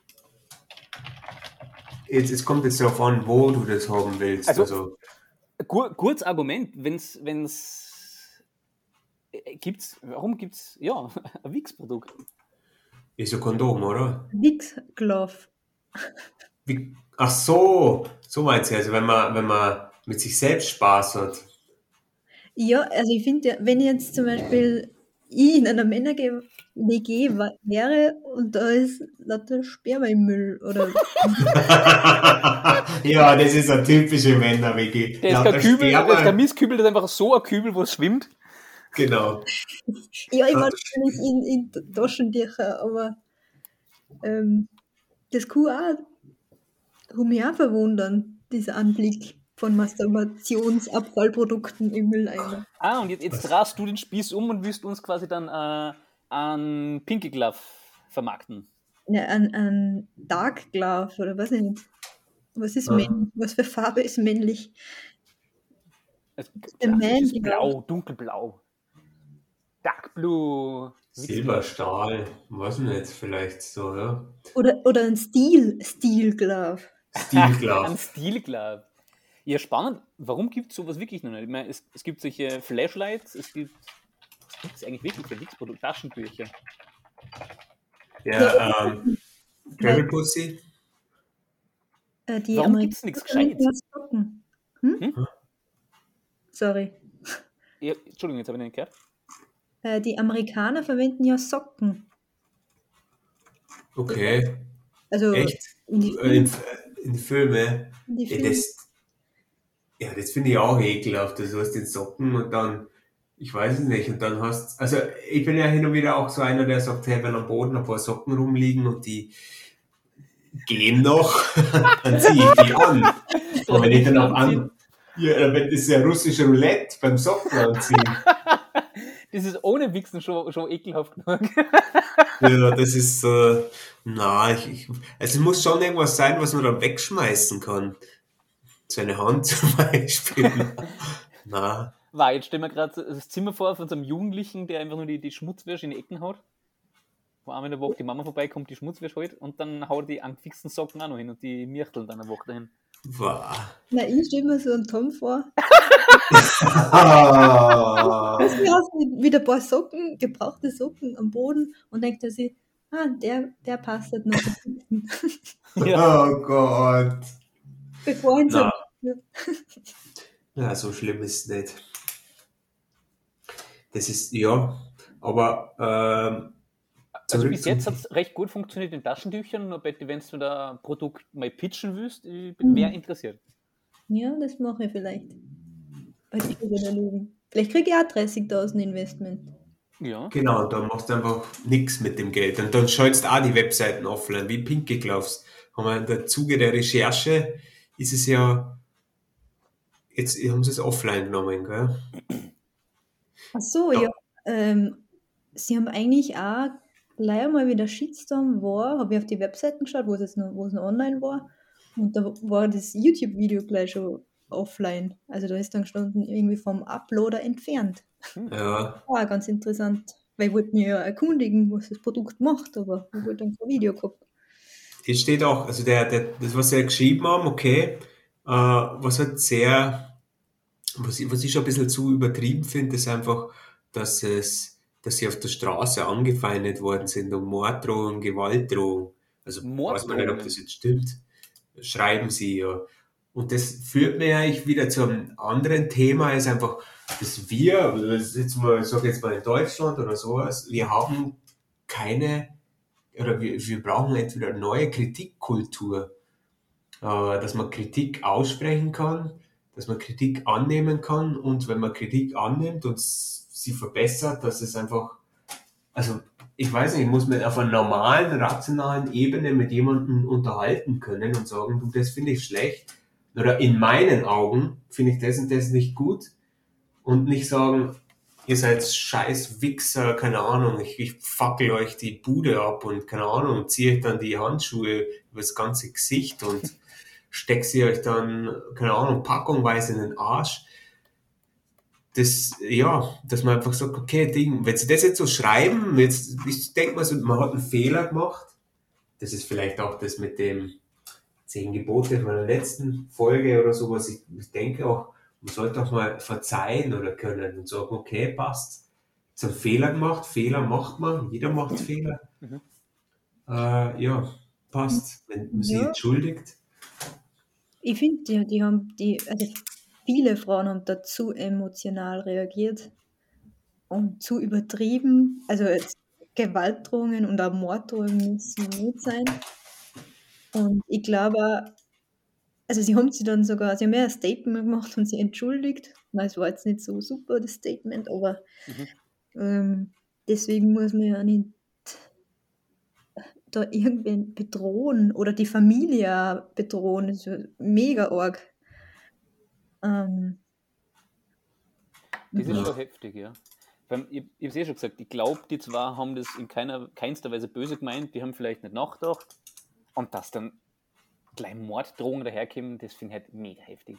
S1: Jetzt, es kommt jetzt darauf an, wo du das haben willst.
S2: Also-
S1: Also,
S2: Kur, kurz Argument, wenn's, wenn's, äh, gibt's, warum gibt's, ja, ein Wix-Produkt?
S1: ist ein Kondom, oder?
S3: Wix Glove.
S1: Wie, ach so, so meinst du, also wenn man, wenn man mit sich selbst Spaß hat.
S3: Ja, also ich finde, ja, wenn jetzt zum Beispiel ich in einer Männer-W G wa- wäre und da ist lauter Sperma im Müll oder
S1: Ja, das ist eine typische Männer-W G.
S2: Der ist
S1: Lauter
S2: kein Kübel,
S1: Sperma.
S2: das ist kein Mistkübel, das ist einfach so ein Kübel, wo es schwimmt.
S1: Genau.
S3: ja, ich
S1: Ah,
S3: meine
S1: das-
S3: natürlich in, in Taschentücher, aber ähm, das kann auch, kann mich auch verwundern, dieser Anblick von Masturbationsabfallprodukten im Mülleimer.
S2: Ah, und jetzt, jetzt drehst du den Spieß um und willst uns quasi dann äh, an Pinky Glove vermarkten.
S3: Ja, ein, ein Dark Glove oder was nicht. Was ist
S1: Ah.
S3: männlich? Was für Farbe ist männlich?
S2: Also,
S3: Der
S2: klassisch
S3: Man
S2: ist
S3: Glove.
S2: blau, dunkelblau. Dark Blue.
S1: Silberstahl, weiß ich nicht, vielleicht so, ja.
S3: Oder, oder ein Steel, Steel Glove.
S2: Ein
S1: Stilglas.
S2: Stilglove. Ja, spannend. Warum gibt es sowas wirklich noch nicht? Ich meine, es, es gibt solche Flashlights, es gibt. Was gibt es eigentlich wirklich für Wix-Produkte? Taschenbücher.
S1: Ja, ähm, Travel Pussy.
S3: Äh, die
S2: Warum gibt's nichts
S3: Amerikaner
S2: Gescheites?
S3: Socken. Hm?
S2: Hm?
S3: Sorry.
S2: Ja, Entschuldigung, jetzt habe ich nicht gehört.
S3: Äh, die Amerikaner verwenden ja Socken.
S1: Okay,
S3: Also
S1: echt?
S3: in die
S1: Äh, In,
S3: Filme.
S1: in Filme?
S3: In die
S1: Ja,
S3: Filme.
S1: das, ja, das finde ich auch ekelhaft. Du hast den Socken und dann, ich weiß es nicht, und dann hast, also ich bin ja hin und wieder auch so einer, der sagt, hey, wenn am Boden ein paar Socken rumliegen und die gehen noch, dann ziehe ich die an. Und wenn ich dann auf
S2: anziehen.
S1: an, ja, wenn das ist ja russische Roulette beim Socken anziehen.
S2: Das ist ohne Wichsen schon, schon ekelhaft genug.
S1: Ja, das ist, äh, na, ich, ich, also es muss schon irgendwas sein, was man dann wegschmeißen kann. Seine Hand zum Beispiel. Na,
S2: War, jetzt stellen wir gerade das Zimmer vor von so einem Jugendlichen, der einfach nur die, die Schmutzwäsche in die Ecken haut. Wo einmal in der Woche die Mama vorbeikommt, die Schmutzwäsche holt und dann haut er die angefixten Socken auch noch hin und die mirchteln dann eine Woche dahin.
S1: wow.
S3: Na, ich stelle mir so einen Tom vor.
S1: Ah.
S3: Das sieht aus wie wieder ein paar Socken, gebrauchte Socken am Boden und denkt er sich, ah, der, der passt halt noch hinten.
S2: Ja.
S1: Oh Gott.
S3: Bevor ihn so.
S1: Na, ja, so schlimm ist es nicht. Das ist, ja, aber ähm,
S2: Also
S1: zurück
S2: bis
S1: zum
S2: jetzt hat es recht gut funktioniert in Taschentüchern, aber wenn du da ein Produkt mal pitchen willst, ich bin mehr interessiert.
S3: Ja, das mache ich vielleicht. Bei dir überlegen. Vielleicht kriege ich auch dreißigtausend Investment.
S2: Ja.
S1: Genau, dann machst du einfach nichts mit dem Geld. Und dann schaltest du auch die Webseiten offline, wie Pinky Gloves. Haben wir in der Zuge der Recherche ist es ja, jetzt haben sie es offline genommen, gell?
S3: Ach so,
S1: Ja.
S3: ja. Ähm, sie haben eigentlich auch gleich mal, wie der Shitstorm war, habe ich auf die Webseiten geschaut, wo es jetzt noch, wo es noch online war. Und da war das YouTube-Video gleich schon offline. Also da ist dann gestanden, irgendwie vom Uploader entfernt.
S1: Ja,
S3: War ganz interessant. Weil ich wollte mich ja erkundigen, was das Produkt macht, aber ich wollte dann kein Video gehabt.
S1: das steht auch, also der, der, das, was sie geschrieben haben, okay, äh, was halt sehr, was ich, was ich schon ein bisschen zu übertrieben finde, ist einfach, dass es, dass sie auf der Straße angefeindet worden sind und Morddrohung, Gewaltdrohung. Also weiß man nicht, ob das
S2: Morddrohungen.
S1: jetzt stimmt. Schreiben sie ja. Und das führt mir eigentlich wieder zu einem anderen Thema, ist einfach, dass wir, also das ist jetzt mal, ich sage jetzt mal in Deutschland oder sowas, wir haben keine, oder wir, wir brauchen entweder eine neue Kritikkultur, äh, dass man Kritik aussprechen kann, dass man Kritik annehmen kann und wenn man Kritik annimmt und s- sie verbessert, dass es einfach, also ich weiß nicht, ich muss mich auf einer normalen, rationalen Ebene mit jemandem unterhalten können und sagen, du, das finde ich schlecht. Oder in meinen Augen finde ich das und das nicht gut. Und nicht sagen, ihr seid scheiß Wichser, keine Ahnung, ich, ich fackel euch die Bude ab und keine Ahnung, ziehe euch dann die Handschuhe über das ganze Gesicht und steck sie euch dann, keine Ahnung, packungweise in den Arsch. Das, ja, dass man einfach sagt, okay, Ding, wenn sie das jetzt so schreiben, jetzt, ich denke mal so, man hat einen Fehler gemacht. Das ist vielleicht auch das mit dem zehn Gebote von der letzten Folge oder sowas. Ich, ich denke auch, man sollte auch mal verzeihen oder können und sagen, okay, passt. Jetzt einen Fehler gemacht, Fehler macht man, jeder macht Fehler.
S2: Mhm.
S1: Äh, ja, passt. Wenn man sich
S3: Ja,
S1: entschuldigt.
S3: ich finde, die, die haben, die, also viele Frauen haben da zu emotional reagiert und zu übertrieben. Also jetzt Gewaltdrohungen und auch Morddrohungen müssen nicht sein. Und ich glaube, also sie haben sie dann sogar, sie haben ja ein Statement gemacht und sie entschuldigt. Na, es war jetzt nicht so super, das Statement, aber
S2: Mhm.
S3: ähm, deswegen muss man ja nicht da irgendwen bedrohen oder die Familie auch bedrohen. Das ist ja mega arg. Ähm,
S2: Das ist
S1: Ja.
S2: schon heftig, ja. Beim, ich ich habe es eh schon gesagt, ich glaube, die zwei haben das in keiner, keinster Weise böse gemeint, die haben vielleicht nicht nachgedacht. Und dass dann gleich Morddrohungen daherkommen, das finde ich halt mega heftig.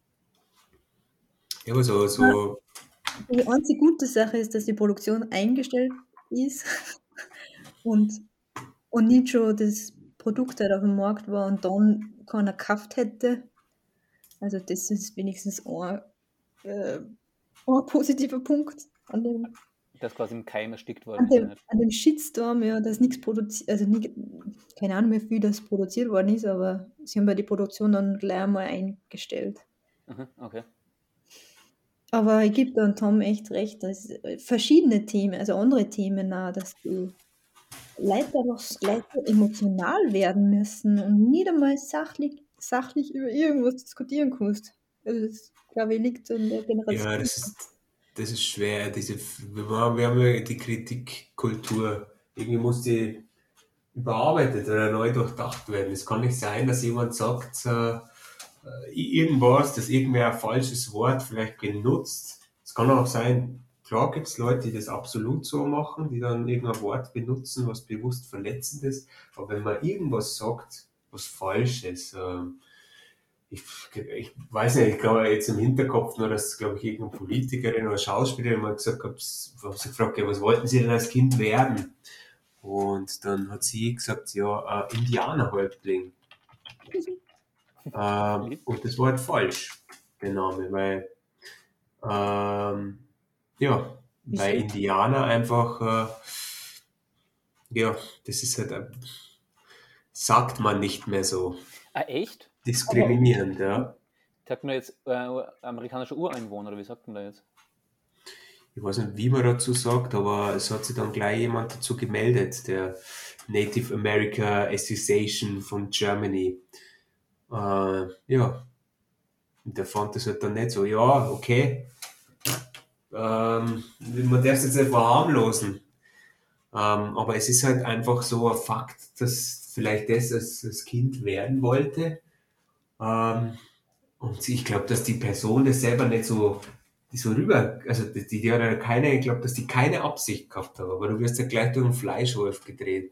S1: Ja, aber so, so,
S3: Die einzige gute Sache ist, dass die Produktion eingestellt ist und, und nicht schon das Produkt halt auf dem Markt war und dann keiner gekauft hätte. Also das ist wenigstens ein, äh, ein positiver Punkt an dem,
S2: Dass quasi im Keim erstickt worden
S3: an
S2: ist. Ja
S3: dem,
S2: nicht.
S3: an dem Shitstorm, ja, dass nichts produziert, also nicht, keine Ahnung, wie viel das produziert worden ist, aber sie haben ja die Produktion dann gleich einmal eingestellt.
S2: Mhm, okay.
S3: Aber ich gebe dann Tom echt recht, dass äh, verschiedene Themen, also andere Themen auch, dass die Leute einfach gleich so emotional werden müssen und nicht einmal sachlich, sachlich über irgendwas diskutieren kannst. Also das, glaube ich, liegt so in der
S1: Ja,
S3: Generation.
S1: das ist, das ist schwer. Diese, wir haben wir haben ja die Kritikkultur. Irgendwie muss die überarbeitet oder neu durchdacht werden. Es kann nicht sein, dass jemand sagt, äh, irgendwas, dass irgendwer ein falsches Wort vielleicht benutzt. Es kann auch sein, klar gibt es Leute, die das absolut so machen, die dann irgendein Wort benutzen, was bewusst verletzend ist. Aber wenn man irgendwas sagt, was falsch ist, äh, ich, ich weiß nicht, ich glaube jetzt im Hinterkopf nur, dass, glaube ich, irgendeine Politikerin oder Schauspielerin mal gesagt hat, hab sie gefragt, ja, was wollten Sie denn als Kind werden? Und dann hat sie gesagt, ja, äh, Indianerhäuptling. Ähm,
S2: Lieb.
S1: und das war halt falsch, der Name, weil, ähm, ja, weil
S3: Wieso?
S1: Indianer einfach, äh, ja, das ist halt, äh, sagt man nicht mehr so.
S2: Ah, echt?
S3: Aber
S1: Diskriminierend, ja.
S2: Sagt man jetzt äh, amerikanischer Ureinwohner oder wie sagt man da jetzt?
S1: Ich weiß nicht, wie man dazu sagt, aber es hat sich dann gleich jemand dazu gemeldet, der Native America Association von Germany. Äh, ja, und der fand das halt dann nicht so, ja, okay, ähm, man darf es jetzt nicht verharmlosen. Ähm, aber es ist halt einfach so ein Fakt, dass vielleicht das als, als Kind werden wollte. Ähm, und ich glaube, dass die Person das selber nicht so, die so rüber, also die, die hat ja keine, ich glaube, dass die keine Absicht gehabt hat. Aber du wirst ja gleich durch einen Fleischwolf gedreht.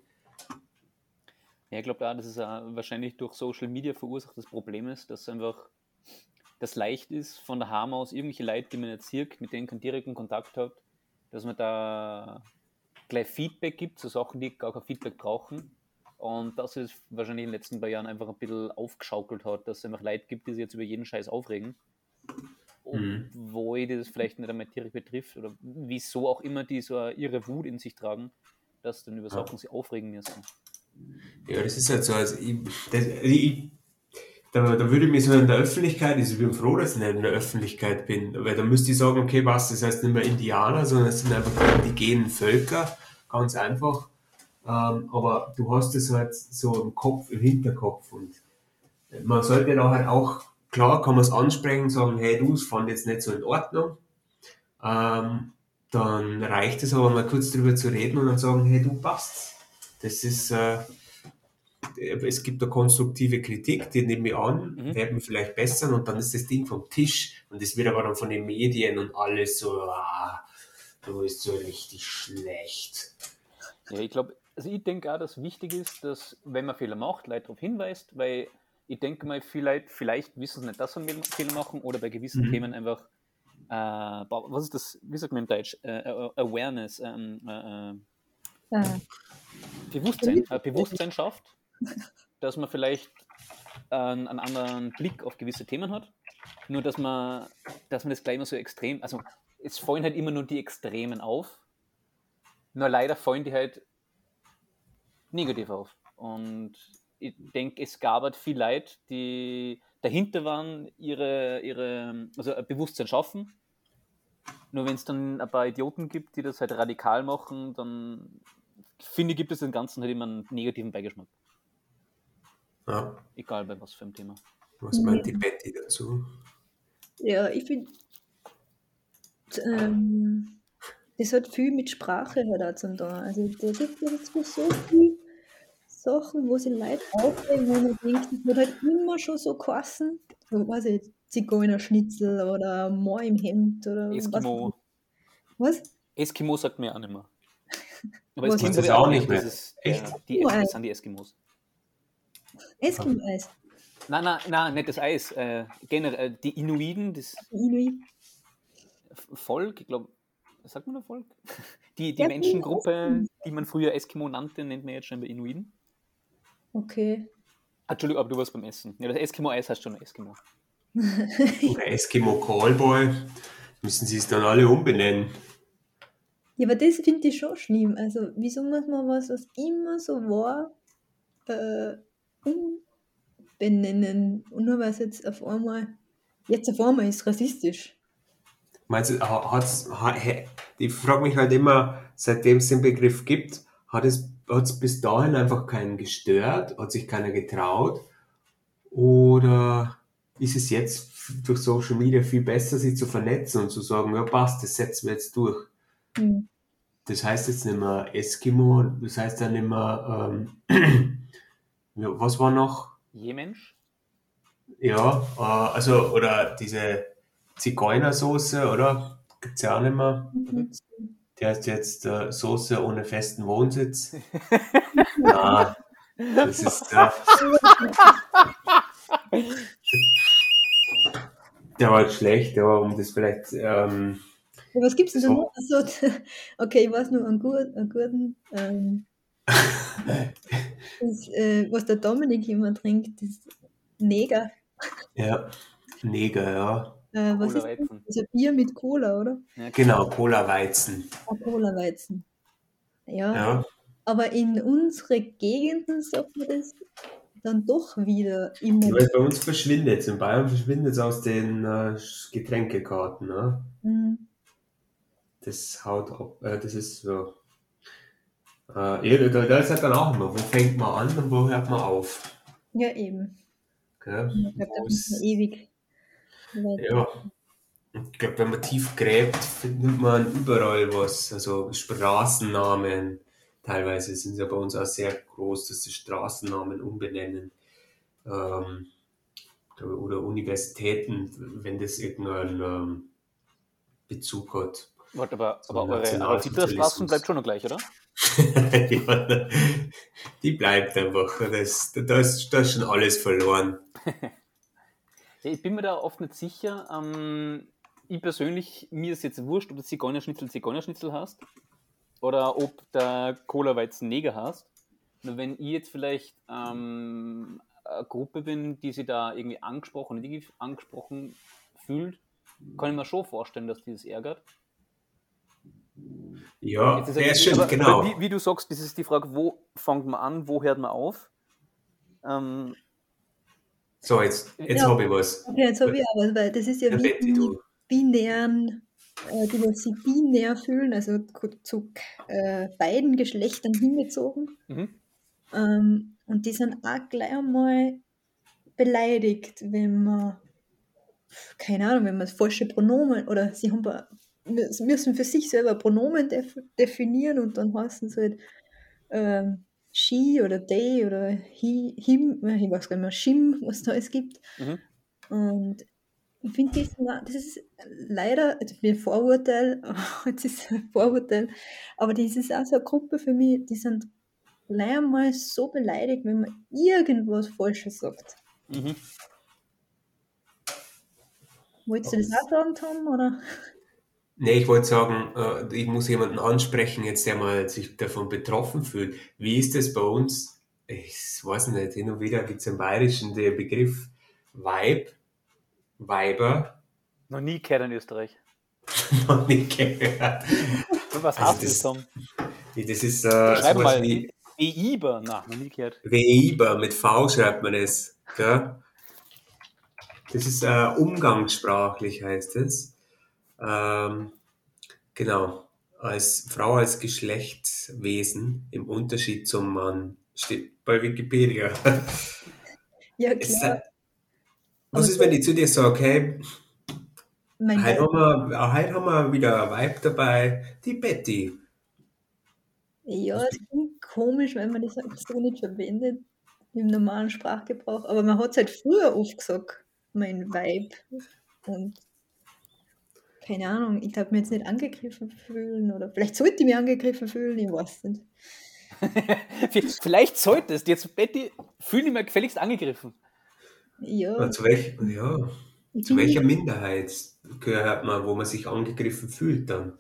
S2: Ja, ich glaube auch, dass es auch wahrscheinlich durch Social Media verursachtes Problem ist, dass einfach das leicht ist, von daheim aus irgendwelche Leute, die man jetzt sieht, mit denen keinen direkten Kontakt hat, dass man da gleich Feedback gibt zu Sachen, die gar kein Feedback brauchen. Und das ist wahrscheinlich in den letzten paar Jahren einfach ein bisschen aufgeschaukelt hat, dass es einfach Leute gibt, die sich jetzt über jeden Scheiß aufregen.
S1: Mhm.
S2: Obwohl das vielleicht nicht einmal direkt betrifft oder wieso auch immer die so ihre Wut in sich tragen, dass dann über
S1: Ja.
S2: Sachen sich aufregen müssen.
S1: Ja, das ist halt so, also ich, das, ich, da, da würde ich mich so in der Öffentlichkeit, also ich bin froh, dass ich nicht in der Öffentlichkeit bin, weil da müsste ich sagen, okay, was, das heißt nicht mehr Indianer, sondern es sind einfach die indigenen Völker, ganz einfach. Ähm, aber du hast es halt so im Kopf, im Hinterkopf und man sollte da halt auch, klar kann man es ansprechen, sagen, hey du, es fand jetzt nicht so in Ordnung. Ähm, dann reicht es aber mal kurz drüber zu reden und dann sagen, hey du, passt. Das ist, äh, es gibt eine konstruktive Kritik, die nehme ich an,
S2: Mhm.
S1: werden wir vielleicht bessern und dann ist das Ding vom Tisch und es wird aber dann von den Medien und alles so, ah, du bist so richtig schlecht.
S2: Ja, ich glaube, also ich denke auch, dass wichtig ist, dass, wenn man Fehler macht, Leute darauf hinweist, weil ich denke mal, vielleicht, vielleicht wissen sie nicht, dass sie einen Fehler machen oder bei gewissen
S1: Mhm.
S2: Themen einfach, äh, was ist das, wie sagt man in Deutsch, äh, Awareness, ähm, äh,
S3: ah,
S2: Bewusstsein, äh, Bewusstsein schafft, dass man vielleicht äh, einen anderen Blick auf gewisse Themen hat, nur dass man, dass man das gleich immer so extrem, also es fallen halt immer nur die Extremen auf, nur leider fallen die halt negativ auf. Und ich denke, es gab halt viel Leute, die dahinter waren, ihre, ihre, also ein Bewusstsein schaffen. Nur wenn es dann ein paar Idioten gibt, die das halt radikal machen, dann finde ich, gibt es dem Ganzen halt immer einen negativen Beigeschmack.
S1: Ja,
S2: Egal bei was für einem Thema.
S1: was meint die Betty dazu?
S3: ja, ich finde, ähm, das hat viel mit Sprache halt auch zu tun. Also da gibt es jetzt so viele Sachen, wo sich Leute aufregen, wo man denkt, das wird halt immer schon so geheißen. So, weiß ich, Zigeunerschnitzel oder Moi im Hemd oder was.
S2: Eskimo.
S3: Was?
S2: Eskimo sagt mir auch nicht mehr. Aber
S3: Was
S2: als Kind
S1: ist
S2: habe
S1: das
S2: ich auch
S1: auch nicht
S2: gemeint,
S1: mehr?
S2: das, ist
S1: Echt?
S2: der, die,
S3: Nein.
S2: das sind die Eskimos.
S3: Eskimo-Eis.
S2: Nein, nein, nein, nicht das Eis. Äh, generell, die Inuiten, das
S3: Inuit.
S2: Volk, ich glaube, sagt man da Volk? Die, die
S3: Ja,
S2: Menschengruppe, die man früher Eskimo nannte, nennt man jetzt scheinbar Inuiten.
S3: Okay.
S2: Ah, Entschuldigung, aber du warst beim Essen. Ja, das Eskimo-Eis heißt schon Eskimo.
S1: Oder Eskimo Callboy, müssen sie es dann alle umbenennen.
S3: Ja, aber das finde ich schon schlimm. Also, wieso muss man was, was immer so war, äh, umbenennen? Und nur weil es jetzt auf einmal, jetzt auf einmal ist rassistisch.
S1: Meinst du, ha- hat's, ha, hä- ich frage mich halt immer, seitdem es den Begriff gibt, hat es hat's bis dahin einfach keinen gestört, hat sich keiner getraut oder ist es jetzt durch Social Media viel besser, sich zu vernetzen und zu sagen, ja passt, das setzen wir jetzt durch.
S3: Hm.
S1: Das heißt jetzt nicht mehr Eskimo, das heißt dann nicht mehr, ähm, ja, was war noch?
S2: Je Mensch?
S1: Ja, äh, also, oder diese Zigeunersoße, oder? Gibt's ja auch nicht mehr.
S3: Mhm.
S1: Die heißt jetzt äh, Soße ohne festen Wohnsitz. Na, das ist, äh, der war halt schlecht, ja, um das vielleicht, ähm,
S3: Ja, was gibt's denn da
S1: so,
S3: noch? Also, okay, ich weiß nur einen, gut, einen guten, ähm, das, äh, was der Dominik immer trinkt, das Neger.
S1: ja, Neger, ja.
S3: Äh, was
S2: Cola
S3: ist das?
S2: Weizen.
S3: Also Bier mit Cola, oder?
S2: Ja,
S1: Genau, Cola-Weizen.
S3: Ah, Cola-Weizen. Ja,
S1: Ja,
S3: aber in unsere Gegenden sagt man das dann doch wieder immer.
S1: weil bei uns verschwindet es, in Bayern verschwindet es aus den äh, Getränkekarten, ne?
S3: Hm,
S1: Das haut ab, äh, das ist so. Äh, ja, da, da ist halt dann auch immer, wo fängt man an und wo hört man auf?
S3: ja, eben.
S1: Gell?
S3: Ich glaube, da
S1: Wo
S3: kommt man
S1: ist,
S3: ewig weiter.
S1: ja, ich glaube, wenn man tief gräbt, findet man überall was. Also Straßennamen, teilweise sind sie ja bei uns auch sehr groß, dass sie Straßennamen umbenennen. Ähm, oder Universitäten, wenn das irgendeinen ähm, Bezug hat
S2: Warte, aber, aber
S1: zum
S2: eure Adolf-Hitler-Straßen bleibt
S1: Nationalsozialismus.
S2: schon noch gleich, oder?
S1: Ja, die bleibt einfach. Das, da, ist, da ist schon alles verloren.
S2: Ja, ich bin mir da oft nicht sicher. Ähm, ich persönlich, mir ist jetzt wurscht, ob das Zigeunerschnitzel Zigeunerschnitzel heißt oder ob der Cola-Weizen Neger heißt. Nur wenn ich jetzt vielleicht ähm, eine Gruppe bin, die sich da irgendwie angesprochen oder irgendwie angesprochen fühlt, kann ich mir schon vorstellen, dass die das ärgert.
S1: Ja,
S2: Jetzt ist
S1: ja,
S2: halt,
S1: stimmt,
S2: aber, aber
S1: genau.
S2: wie, wie du sagst, das ist die Frage, wo fängt man an, wo hört man auf? Ähm,
S1: So, jetzt, jetzt
S3: Ja,
S1: habe ich was.
S3: okay, jetzt habe ich auch was, weil das ist ja
S1: Der
S3: wie
S1: Betty,
S3: die
S1: du.
S3: binären, äh, die was sich binär fühlen, also zu, zu äh, beiden Geschlechtern hingezogen.
S2: mhm.
S3: Ähm, und die sind auch gleich einmal beleidigt, wenn man, keine Ahnung, wenn man das falsche Pronomen oder sie haben bei- sie müssen für sich selber Pronomen def definieren und dann heißen es halt ähm, she oder they oder he, him, äh, ich weiß gar nicht mehr, shim, was da alles gibt.
S2: Mhm.
S3: Und ich finde, das, na- das ist leider also ein Vorurteil, es ist ein Vorurteil, aber das ist auch so eine Gruppe für mich, die sind gleich einmal so beleidigt, wenn man irgendwas Falsches sagt.
S2: Mhm.
S3: Wolltest du das auch sagen, Tom? Oder?
S1: Nee, ich wollte sagen, äh, ich muss jemanden ansprechen, jetzt der mal sich davon betroffen fühlt. Wie ist das bei uns? Ich weiß nicht, hin und wieder gibt es im Bayerischen den Begriff Weib, Weiber,
S2: Noch nie gehört in Österreich.
S1: noch nicht gehört.
S2: Was
S1: Also
S2: heißt das,
S1: das,
S2: Tom?
S1: das ist äh,
S2: Schreib
S1: sowas
S2: mal,
S1: wie
S2: Eiber. Na, noch nie gehört.
S1: Weiber, mit V schreibt man es. Gell? Das ist äh, umgangssprachlich, heißt es. Ähm, genau. Als Frau als Geschlechtswesen im Unterschied zum Mann steht bei Wikipedia.
S3: Ja,
S1: Jetzt,
S3: klar.
S1: äh,
S3: Aber
S1: was ist, wenn ich zu dir sage, hey,
S3: mein
S1: heute
S3: Weib,
S1: haben wir, äh, heute haben wir wieder ein Weib dabei, die Betty.
S3: ja, es klingt komisch, wenn man das halt so nicht verwendet im normalen Sprachgebrauch, aber man hat es halt früher oft gesagt, mein Weib. Und keine Ahnung, ich darf mich jetzt nicht angegriffen fühlen oder vielleicht sollte ich mich angegriffen fühlen, ich weiß nicht.
S2: Vielleicht solltest jetzt, Betty, fühl dich mal gefälligst angegriffen.
S3: Ja,
S1: Äh, Zu, welch, ja,
S3: ich
S1: zu
S3: bin
S1: welcher
S3: nicht,
S1: Minderheit gehört man, wo man sich angegriffen fühlt dann?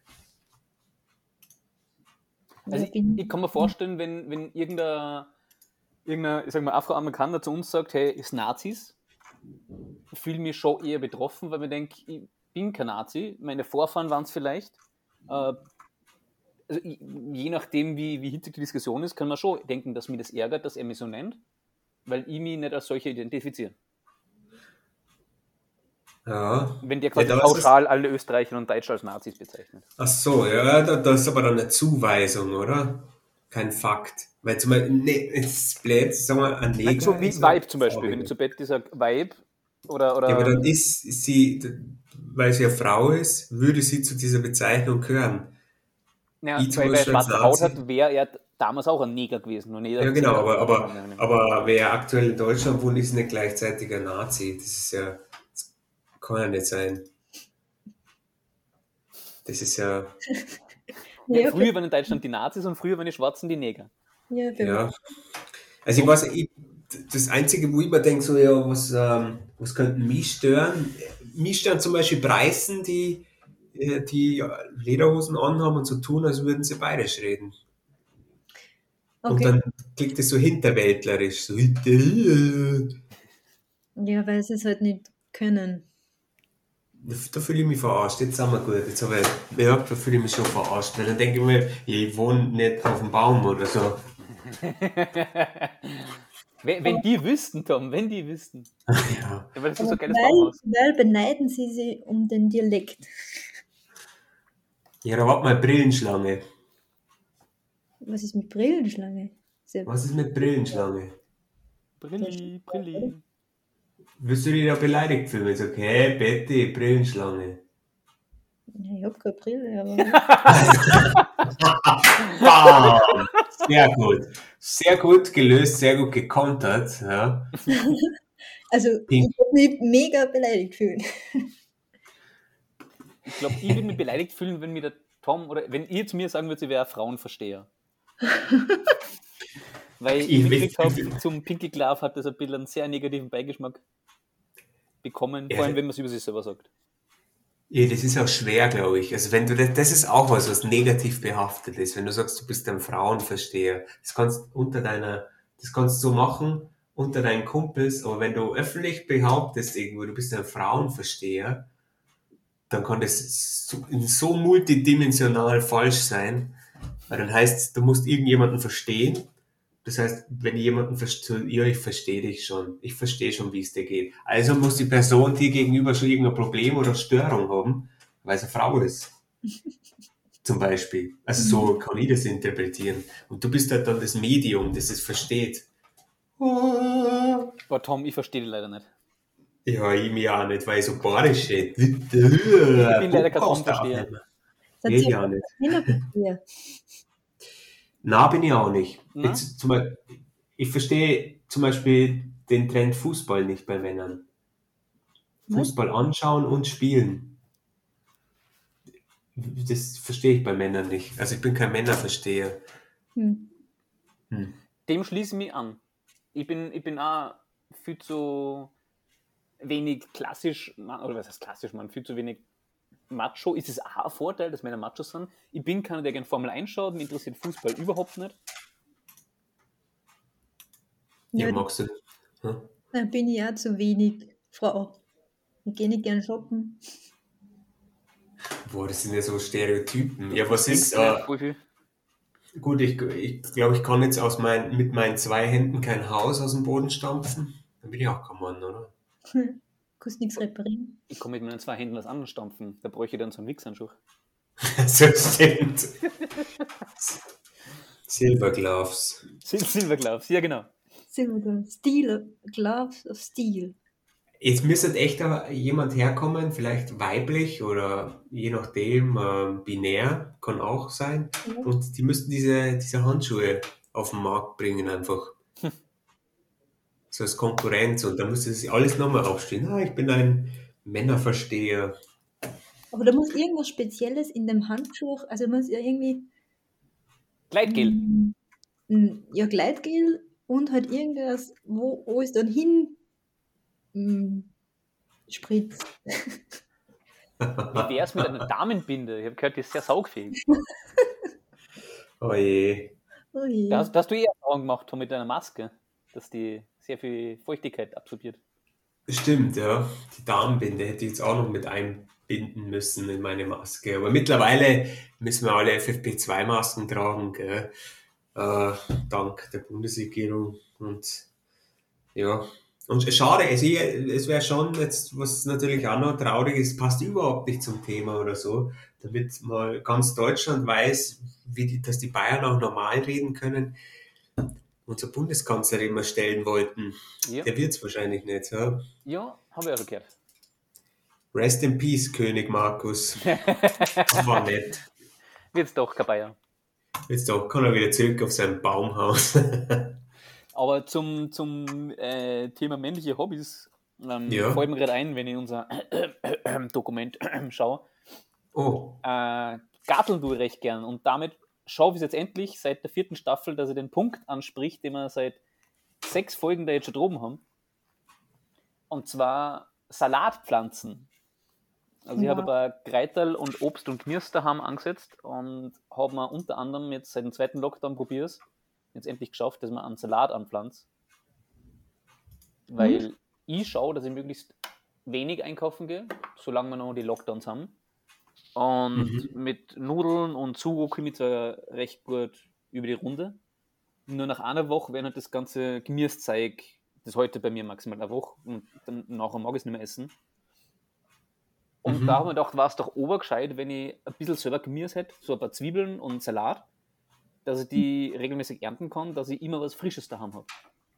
S3: ja,
S2: Also ich, ich
S3: bin,
S2: kann mir vorstellen, wenn, wenn irgendein, irgendein ich sag mal, Afroamerikaner zu uns sagt, hey, ist Nazis, fühle mich schon eher betroffen, weil ich denke, ich bin kein Nazi, meine Vorfahren waren es vielleicht. Äh, also ich, je nachdem, wie, wie hitzig die Diskussion ist, kann man schon denken, dass mich das ärgert, dass er mich so nennt, weil ich mich nicht als solcher identifiziere.
S1: Ja.
S2: Wenn der
S1: Ja,
S2: quasi
S1: da ist es,
S2: pauschal alle Österreicher und Deutsche als Nazis bezeichnet.
S1: ach so, ja, da, das ist aber dann eine Zuweisung, oder? Kein Fakt. Weil zum Beispiel, nee, jetzt ist blöd, sagen wir, ein
S2: Nein, so
S1: Neger
S2: wie
S1: ist ein
S2: Vibe zum Beispiel. Wenn ich
S1: Farbiger.
S2: zu Betty sage Vibe oder,
S1: Ja, aber
S2: oder
S1: dann ist sie, weil sie eine Frau ist, würde sie zu dieser Bezeichnung gehören.
S2: ja,
S1: Ich zum
S2: weil, weil er
S1: Beispiel als
S2: schwarze Haut hat,
S1: Nazi.
S2: wäre er damals auch ein Neger gewesen und nicht
S1: Ja,
S2: ein
S1: genau,
S2: Zimmerer.
S1: aber, aber,
S2: Nein, nein, nein.
S1: aber wer aktuell in Deutschland wohnt, ist nicht gleichzeitig ein Nazi. Das ist ja, das kann ja nicht sein. Das ist ja,
S2: Ja,
S3: Ja,
S2: früher
S3: für,
S2: waren in Deutschland die Nazis und früher waren die Schwarzen die Neger.
S3: ja, für
S1: ja. Also ich weiß, ich, das Einzige, wo ich mir denke, so, ja, was, ähm, was könnten mich stören? Mich stören zum Beispiel Preisen, die, äh, die Lederhosen anhaben und so tun, als würden sie bayerisch reden. Und
S3: okay.
S1: dann klingt es so hinterwäldlerisch, so hinter.
S3: Ja, weil sie es halt nicht können.
S1: Da, da fühle ich mich verarscht. Jetzt sind wir gut. Jetzt habe ich, ja, da fühle ich mich schon verarscht. Weil dann denke ich mir, ich wohne nicht auf dem Baum oder so.
S2: wenn, wenn die wüssten, Tom, wenn die wüssten.
S1: Ja.
S2: Ja, weil das ist so
S3: Aber
S2: ein geiles
S3: weil,
S2: Baumhaus.
S3: weil beneiden sie sie um den Dialekt.
S1: Ja, da hat man eine Brillenschlange.
S3: Was ist mit Brillenschlange? Sehr
S1: Was ist mit Brillenschlange?
S2: Brilli, Brilli.
S1: Wirst du dich da beleidigt fühlen, wenn ich sage, hey, Betty, Brillenschlange?
S3: Ja, ich habe keine Brille, aber
S1: Bam! Sehr gut. Sehr gut gelöst, sehr gut gekontert. Ja.
S3: also
S1: Pink.
S3: ich würde mich mega beleidigt fühlen.
S2: Ich glaube, ich würde mich beleidigt fühlen, wenn mir der Tom oder wenn ihr zu mir sagen würdet, ich wäre ein Frauenversteher. Weil ich
S1: Ich
S2: mitgekriegt
S1: weiß-
S2: habe, zum Pinky Glove hat das ein bisschen einen sehr negativen Beigeschmack bekommen,
S1: Ja,
S2: vor allem wenn man es über sich selber sagt.
S1: Ja, das ist auch schwer, glaube ich. Also wenn du das, das ist auch was, was negativ behaftet ist. Wenn du sagst, du bist ein Frauenversteher, das kannst unter deiner, das kannst du machen unter deinen Kumpels, aber wenn du öffentlich behauptest irgendwo, du bist ein Frauenversteher, dann kann das so, so multidimensional falsch sein, weil dann heißt, du musst irgendjemanden verstehen. Das heißt, wenn jemanden versteht, ja, ich verstehe dich schon, ich verstehe schon, wie es dir geht. Also muss die Person dir gegenüber schon irgendein Problem oder Störung haben, weil es eine Frau ist. Zum Beispiel. Also so kann ich das interpretieren. Und du bist halt dann das Medium, das es versteht.
S2: Aber Tom, ich verstehe dich leider nicht.
S1: Ja, ich mich auch nicht, weil ich so barisch bin. Ich
S2: bin leider kein Tom-Versteher.
S3: Seid
S1: Ich
S3: ihr
S1: auch nicht.
S3: Männerversteher?
S1: Na, bin ich auch nicht.
S2: Na?
S1: Jetzt, zum Beispiel, ich verstehe zum Beispiel den Trend Fußball nicht bei Männern.
S3: Was?
S1: Fußball anschauen und spielen. Das verstehe ich bei Männern nicht. Also ich bin kein Männerversteher.
S3: Hm.
S1: Hm.
S2: Dem schließe ich mich an. Ich bin, ich bin auch viel zu wenig klassisch, oder was heißt klassisch, man, viel zu wenig Macho. Ist es auch ein Vorteil, dass Männer Machos sind? Ich bin keiner, der gerne Formel eins schaut, mich interessiert Fußball überhaupt nicht.
S1: Ja,
S3: Ja,
S1: magst du? Hm?
S3: da bin ich auch zu wenig Frau. Ich gehe nicht gern shoppen.
S1: Boah, das sind ja so Stereotypen. Ja, was
S2: Denkst
S1: ist,
S2: du nicht
S1: äh,
S2: voll viel?
S1: gut, ich, ich glaube, ich kann jetzt aus mein, mit meinen zwei Händen kein Haus aus dem Boden stampfen. Dann bin ich auch kein Mann, oder?
S3: Kannst nichts reparieren.
S2: Ich kann mit meinen zwei Händen was anderes stampfen. Da bräuchte ich dann so einen Wichshandschuh.
S1: So stimmt. Silver Gloves.
S2: Sil Silvergloves, ja genau.
S3: Silver Steel, Gloves of Steel.
S1: Jetzt müsste echt aber jemand herkommen, vielleicht weiblich oder je nachdem ähm, binär, kann auch sein.
S3: Ja.
S1: Und die müssten diese, diese Handschuhe auf den Markt bringen einfach. So als Konkurrenz. Und da müsste sich alles nochmal aufstehen. Ah, ich bin ein Männerversteher.
S3: Aber da muss irgendwas Spezielles in dem Handschuh, also muss ja irgendwie
S2: Gleitgel.
S3: mm, mm, ja, Gleitgel und halt irgendwas, wo, wo es dann hin mm, spritzt.
S2: Wie wäre es mit einer Damenbinde? Ich habe gehört, die ist sehr saugfähig.
S1: Oh je.
S3: Oh je.
S2: Da hast, da hast du eh Erfahrung gemacht Tom, mit deiner Maske, dass die sehr viel Feuchtigkeit absorbiert.
S1: Stimmt, ja. Die Damenbinde hätte ich jetzt auch noch mit einbinden müssen in meine Maske. Aber mittlerweile müssen wir alle F F P zwei Masken tragen, gell? Äh, dank der Bundesregierung. Und ja, Und schade, also ich, es wäre schon jetzt, was natürlich auch noch traurig ist, passt überhaupt nicht zum Thema oder so, damit mal ganz Deutschland weiß, wie die, dass die Bayern auch normal reden können. Unser Bundeskanzler, den wir stellen wollten,
S2: Ja,
S1: der wird es wahrscheinlich nicht. Ja?
S2: ja habe ich auch schon gehört.
S1: Rest in Peace, König Markus. Das war nett.
S2: Wird's doch kein Bayer.
S1: Jetzt doch kann er wieder zurück auf sein Baumhaus.
S2: Aber zum, zum äh, Thema männliche Hobbys ähm,
S1: Ja.
S2: fällt mir gerade ein, wenn ich unser Dokument schaue.
S1: Oh,
S2: Äh, Garteln tue ich recht gern und damit schaffe ich es jetzt endlich seit der vierten Staffel, dass er den Punkt anspricht, den wir seit sechs Folgen da jetzt schon droben haben. Und zwar Salatpflanzen. Also ich habe ein
S3: Wow.
S2: paar Kräuterl und Obst und Gemüse daheim angesetzt und habe mir unter anderem jetzt seit dem zweiten Lockdown probiert, jetzt endlich geschafft, dass man einen Salat anpflanzt. Weil ich schaue, dass ich möglichst wenig einkaufen gehe, solange wir noch die Lockdowns haben. Und mit Nudeln und Sugo komme ich zwar recht gut über die Runde. Nur nach einer Woche werden halt das ganze Gemüsezeug, das heute bei mir maximal eine Woche, und dann nachher mag ich es nicht mehr essen. Und
S1: Mhm.
S2: da habe ich mir gedacht, war es doch obergescheit, wenn ich ein bisschen selber Gemüse hätte, so ein paar Zwiebeln und Salat, dass ich die regelmäßig ernten kann, dass ich immer was Frisches daheim habe.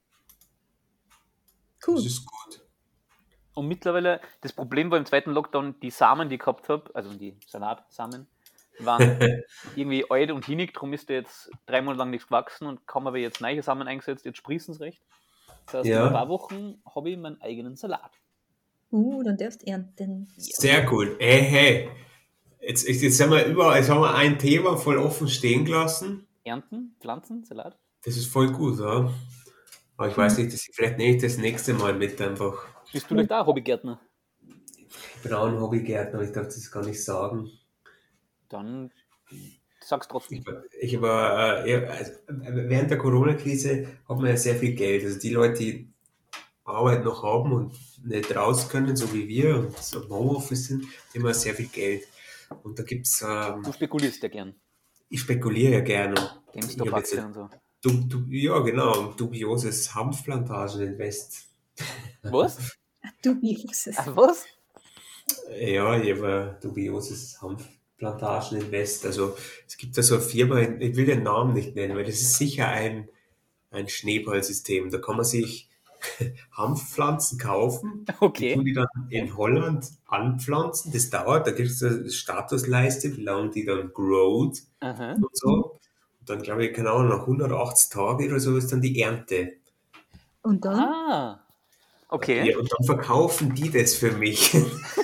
S1: das
S3: Cool.
S1: ist gut.
S2: Und mittlerweile, das Problem war im zweiten Lockdown, die Samen, die ich gehabt habe, also die Salatsamen, waren irgendwie alt und hinig, darum ist da jetzt drei Monate lang nichts gewachsen und kaum habe ich jetzt neue Samen eingesetzt, jetzt sprießen sie recht. Das heißt,
S1: Ja.
S2: in ein paar Wochen habe ich meinen eigenen Salat.
S3: Uh, dann darfst du ernten.
S1: Sehr gut. Hey, hey. Jetzt, jetzt jetzt haben wir überall, jetzt haben wir ein Thema voll offen stehen gelassen.
S2: Ernten, Pflanzen, Salat.
S1: Das ist voll gut, ja. Aber ich weiß nicht, dass ich vielleicht nehme ich das nächste Mal mit einfach.
S2: Bist du vielleicht auch Hobbygärtner?
S1: Ich bin auch ein Hobbygärtner, aber ich darf das gar nicht sagen.
S2: Dann sag's trotzdem.
S1: Ich, ich war, äh, ja, also, während der Corona-Krise hat man ja sehr viel Geld. Also die Leute, die Arbeit noch haben und nicht raus können, so wie wir und so im Homeoffice sind, die haben ja sehr viel Geld. Und da gibt's, ähm,
S2: Du spekulierst ja gern.
S1: ich spekuliere ja gerne. Ich hab jetzt
S2: GameStop-Aktien und so.
S1: Du, du, ja, genau, dubioses Hanfplantageninvest.
S2: Was?
S3: Dubioses.
S2: Ach, was?
S1: Ja, ich habe ein dubioses Hanfplantageninvest. Also es gibt da so eine Firma, ich will den Namen nicht nennen, weil das ist sicher ein, ein Schneeballsystem. Da kann man sich Hanfpflanzen kaufen, die
S2: Okay.
S1: tun die dann in Holland anpflanzen. Das dauert, da gibt es eine Statusleiste, wie lange die dann growt
S2: Aha.
S1: und so. Und dann glaube ich, keine Ahnung, nach hundertachtzig Tagen oder so ist dann die Ernte.
S3: Und dann?
S2: Ah. Okay.
S1: Ja, und dann verkaufen die das für mich.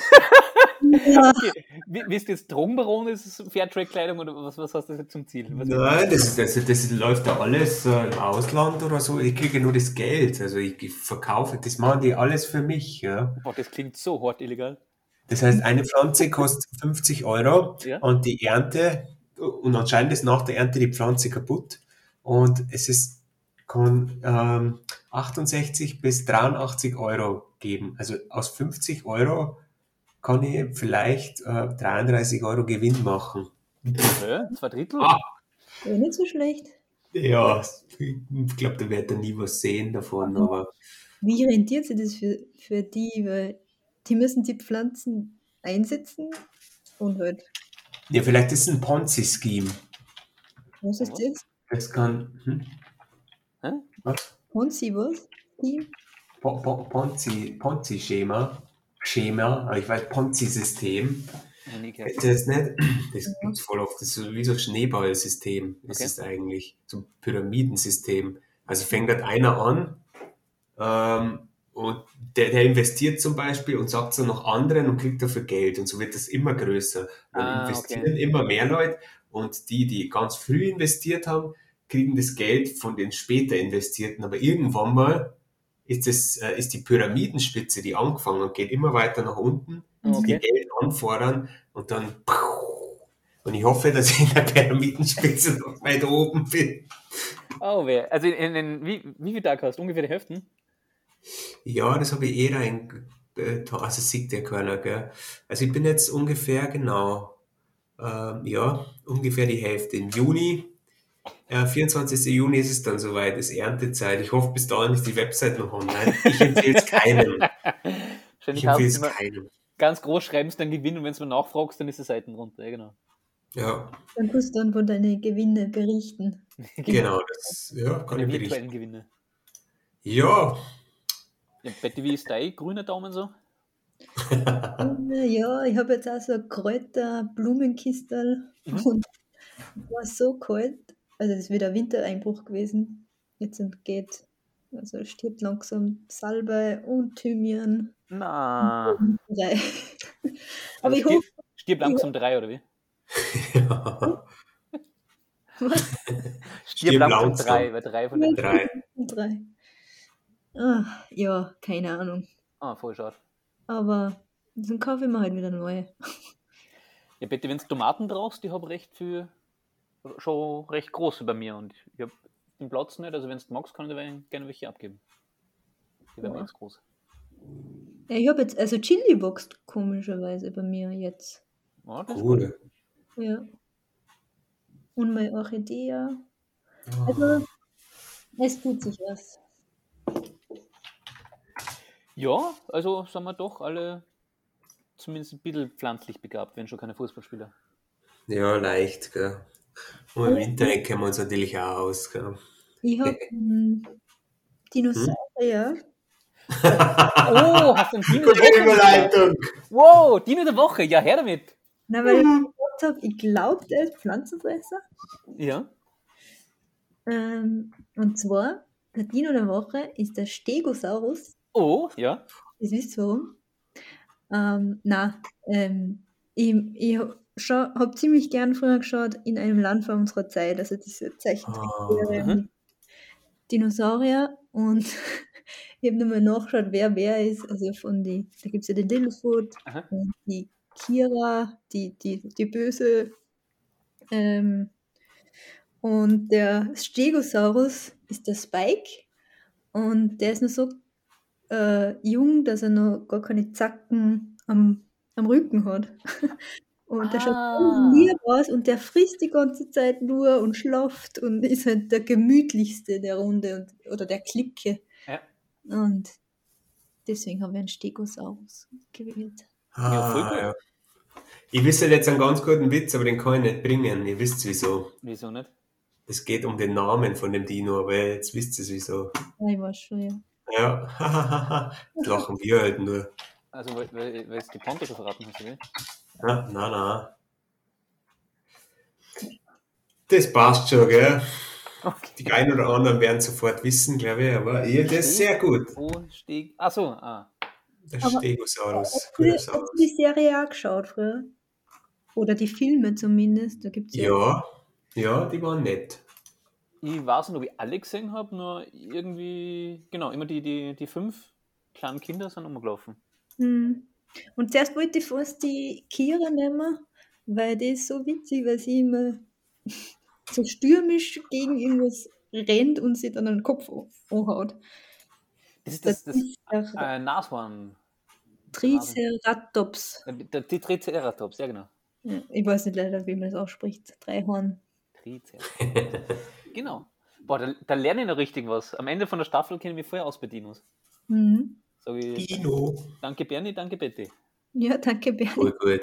S3: Ja.
S2: Okay. Wie, bist du jetzt Drogenbaron, ist es Fairtrade-Kleidung oder was, was hast du jetzt zum Ziel? Was
S1: Nein, das, das, das läuft ja alles äh, im Ausland oder so. Ich kriege nur das Geld. Also ich, ich verkaufe, das machen die alles für mich. Ja.
S2: Boah, das klingt so hart illegal.
S1: Das heißt, eine Pflanze kostet fünfzig Euro
S2: Ja.
S1: und die Ernte, und anscheinend ist nach der Ernte die Pflanze kaputt. Und es ist, kann ähm, achtundsechzig bis dreiundachtzig Euro geben. Also aus fünfzig Euro kann ich vielleicht äh, dreiunddreißig Euro Gewinn machen.
S2: Okay. Zwei Drittel?
S1: Ah.
S3: Ja, nicht so schlecht.
S1: Ja, ich glaube, da wird er nie was sehen davon, aber
S3: Wie rentiert sich das für, für die? Weil die müssen die Pflanzen einsetzen und halt,
S1: ja, vielleicht ist es ein Ponzi-Scheme.
S3: was ist
S2: Was?
S3: das?
S1: Das kann, hm?
S2: Hä?
S1: Was?
S3: Ponzi, was? Die?
S1: Po, po, Ponzi, Ponzi-Schema, Schema, aber ich weiß, Ponzi-System.
S2: Ja, nie gehört.
S1: Kennst du das nicht? Das gibt's voll oft. Das ist so wie so ein Schneeballsystem, ist
S2: Okay.
S1: es eigentlich. So ein Pyramidensystem. Also fängt halt einer an, ähm, und der, der investiert zum Beispiel und sagt so noch anderen und kriegt dafür Geld. Und so wird das immer größer. Dann
S2: Ah,
S1: investieren
S2: okay.
S1: immer mehr Leute und die, die ganz früh investiert haben, kriegen das Geld von den später Investierten. Aber irgendwann mal ist, das, äh, ist die Pyramidenspitze, die angefangen hat, geht immer weiter nach unten, die
S2: Okay.
S1: Geld anfordern und dann. Und ich hoffe, dass ich in der Pyramidenspitze noch weit oben bin.
S2: Oh, wer? Also, in, in, wie, wie viel Tage hast du? Ungefähr die Hälfte?
S1: Ja, das habe ich eh rein, äh, ta- also sieht der keiner, gell? Also ich bin jetzt ungefähr genau, ähm, ja, ungefähr die Hälfte. Im Juni Ja, vierundzwanzigsten Juni ist es dann soweit, ist Erntezeit. Ich hoffe, bis dahin ist die Website noch online. Ich empfehle es keinem.
S2: Wahrscheinlich
S1: Ich empfehle
S2: hast
S1: es
S2: du immer
S1: keinem.
S2: ganz groß schreiben, dann Gewinn und wenn du mal nachfragst, dann ist die Seiten runter. Ja, genau.
S1: Ja,
S3: Dann kannst du dann von deinen Gewinnen berichten.
S1: genau. Das, ja, kann
S2: Deine
S1: ich
S2: virtuellen
S1: berichten.
S2: Gewinne.
S1: Ja,
S2: Ja, Betty, wie ist dein grüner Daumen so?
S3: Äh, Ja, ich habe jetzt auch so ein Kräuter-Blumenkistel
S2: Mhm.
S3: und es war so kalt. Also es ist wieder Wintereinbruch gewesen. Jetzt und geht. Also stirbt langsam Salbei und Thymian.
S2: Na,
S3: Drei. Aber
S2: also
S3: ich
S2: stirb,
S3: hoffe,
S2: stirb
S3: ich
S2: langsam drei, oder wie?
S1: ja.
S3: was?
S2: Stirb
S1: Stirb
S2: langsam
S1: langsam.
S2: drei, weil drei von den
S1: Drei.
S3: Drei. Ah, ja, keine Ahnung.
S2: Ah, voll schade.
S3: Aber dann kaufe ich mir halt wieder neue.
S2: Ja, Betty, wenn du Tomaten brauchst, die habe recht viel, schon recht große bei mir und ich habe den Platz nicht, also wenn du magst, kann ich dir gerne welche abgeben. Die werden mir
S3: Ja.
S2: jetzt groß.
S3: Ja, ich habe jetzt, also Chili wächst komischerweise bei mir jetzt.
S2: Ja, das ist gut.
S1: Cool.
S3: Ja. Und meine Orchidee.
S1: Ah.
S3: Also, es tut sich was.
S2: Ja, also sind wir doch alle zumindest ein bisschen pflanzlich begabt, wenn schon keine Fußballspieler.
S1: Ja, leicht, gell. Und im Internet kennen wir uns natürlich auch aus, gell.
S3: Ich habe einen Dinosaurier.
S2: Oh, hast du einen Dino der
S1: Gute
S2: Woche?
S1: Überleitung.
S2: Wow, Dino der Woche, ja, her damit.
S3: Na, weil ich gedacht habe, ich glaube, der ist Pflanzenfresser.
S2: Ja.
S3: Ähm, und zwar, der Dino der Woche ist der Stegosaurus.
S2: Oh, ja.
S3: Ihr wisst warum? Ähm, na, ähm, ich, ich habe ziemlich gern früher geschaut in einem Land vor unserer Zeit, also diese Zeichentrickserie
S2: Ah,
S3: mit Dinosaurier und ich habe nochmal nachgeschaut, wer wer ist, also von die, da gibt es ja den Littlefoot
S2: aha.
S3: und die Kira, die, die, die böse ähm, und der Stegosaurus ist der Spike und der ist noch so äh, jung, dass er noch gar keine Zacken am, am Rücken hat. Und der schaut so
S2: Ah.
S3: lieb aus und der frisst die ganze Zeit nur und schlaft und ist halt der gemütlichste der Runde und, oder der Clique.
S2: Ja.
S3: Und deswegen haben wir einen Stegosaurus gewählt.
S2: Ja, voll
S1: Ah,
S2: gut.
S1: ja. Ich wüsste jetzt einen ganz guten Witz, aber den kann ich nicht bringen. Ihr wisst wieso.
S2: Wieso nicht?
S1: Es geht um den Namen von dem Dino, aber jetzt wisst ihr wieso.
S3: Ja, ich weiß schon, ja.
S1: Ja, jetzt lachen wir halt nur.
S2: Also, weil, weil, weil es die Ponte verraten hast, oder?
S1: Na, na, na. Das passt schon, gell?
S2: Okay.
S1: Die einen oder anderen werden sofort wissen, glaube ich, aber ihr, das ist sehr gut.
S2: Wo Steg. Achso, ah.
S1: Der
S3: Aber-
S1: Stegosaurus.
S3: Hast du,
S1: Guter
S3: hast du
S1: Saurus.
S3: die Serie auch geschaut früher? Oder die Filme zumindest? Da gibt's ja.
S1: Ja, ja, die waren nett.
S2: Ich weiß nicht, ob ich alle gesehen habe, nur irgendwie, genau, immer die, die, die fünf kleinen Kinder sind rumgelaufen.
S3: Hm. Und zuerst wollte ich fast die Kira nehmen, weil die ist so witzig, weil sie immer so stürmisch gegen irgendwas rennt und sie dann den Kopf anhaut.
S2: Das ist das, das
S3: Das
S2: äh, Nashorn.
S3: Triceratops.
S2: Äh, Der, die Triceratops, ja genau.
S3: Ja, ich weiß nicht leider, wie man das ausspricht. Dreihorn.
S2: Triceratops. Genau. Boah, da, da lerne ich noch richtig was. Am Ende von der Staffel kenne ich mich vorher aus bei Dinos.
S3: Mhm.
S2: Sag ich,
S1: Dino.
S2: danke Bernie, danke Betty.
S3: Ja, danke, Bernie.
S1: Voll gut.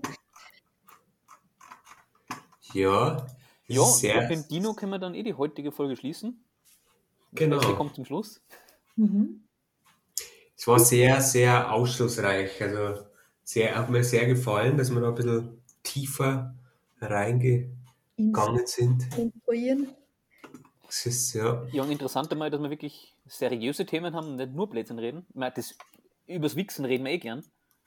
S1: Ja, das
S2: Ja,
S1: ist
S2: und
S1: sehr,
S2: mit dem Dino können wir dann eh die heutige Folge schließen. Das
S1: Genau.
S2: Beste kommt zum Schluss.
S3: Mhm.
S1: es war sehr, sehr aufschlussreich. Also sehr, hat mir sehr gefallen, dass wir da ein bisschen tiefer reingegangen
S3: Ins
S1: sind.
S3: Konstruieren.
S1: Das ist, ja,
S2: Ja, und interessant einmal, dass wir wirklich seriöse Themen haben und nicht nur Blödsinn reden. Ich meine, das, übers Wichsen reden wir eh gern.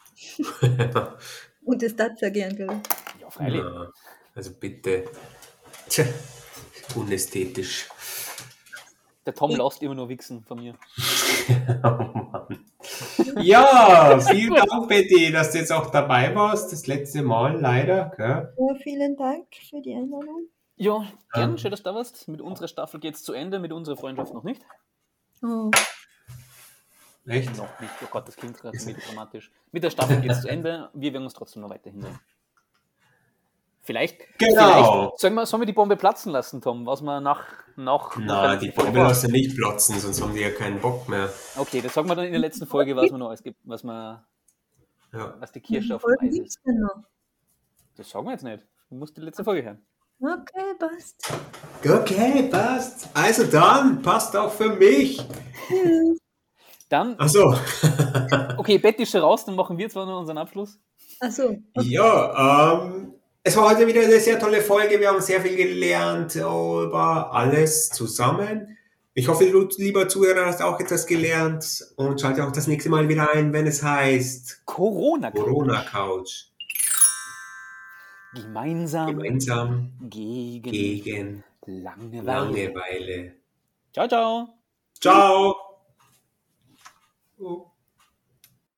S3: Und das tat ja gern, gell?
S2: Ja, freilich.
S1: na, also bitte. Tja, unästhetisch.
S2: Der Tom lasst immer nur Wichsen von mir.
S1: Oh Mann. Ja, vielen Dank, Betty, dass du jetzt auch dabei warst. Das letzte Mal leider. Gell?
S3: Ja, vielen Dank für die Einladung.
S2: Ja, gern,
S1: Ähm.
S2: schön, dass du da warst. Mit unserer Staffel geht es zu Ende, mit unserer Freundschaft noch nicht.
S3: Oh.
S1: Echt?
S2: Noch nicht, oh Gott, das klingt gerade medradramatisch. Mit der Staffel geht es zu Ende, wir werden uns trotzdem noch weiterhin sehen. Vielleicht,
S1: Genau.
S2: vielleicht sollen, wir, sollen wir die Bombe platzen lassen, Tom, was wir nach... nach
S1: Na, die Bombe lassen nicht platzen, sonst haben die ja keinen Bock mehr.
S2: Okay, das sagen wir dann in der letzten Folge, was wir noch alles gibt, was wir,
S1: Ja.
S2: was die Kirsche auf
S3: Folgen
S2: dem Eis
S3: gibt's
S2: ist.
S3: denn noch?
S2: Das sagen wir jetzt nicht. Du musst die letzte Folge hören.
S3: Okay, passt.
S1: Okay, passt. Also dann, passt auch für mich.
S2: Dann,
S1: Ach so.
S2: okay, Betty ist schon raus, dann machen wir zwar noch unseren Abschluss.
S3: Achso.
S1: Ja, ähm, es war heute wieder eine sehr tolle Folge. Wir haben sehr viel gelernt über alles zusammen. Ich hoffe, du, lieber Zuhörer, hast auch etwas gelernt und schalte auch das nächste Mal wieder ein, wenn es heißt
S2: Corona.
S1: Corona Couch.
S2: Gemeinsam,
S1: Gemeinsam
S2: gegen,
S1: gegen
S2: Langeweile.
S1: Langeweile.
S2: Ciao, ciao.
S1: Ciao. Oh.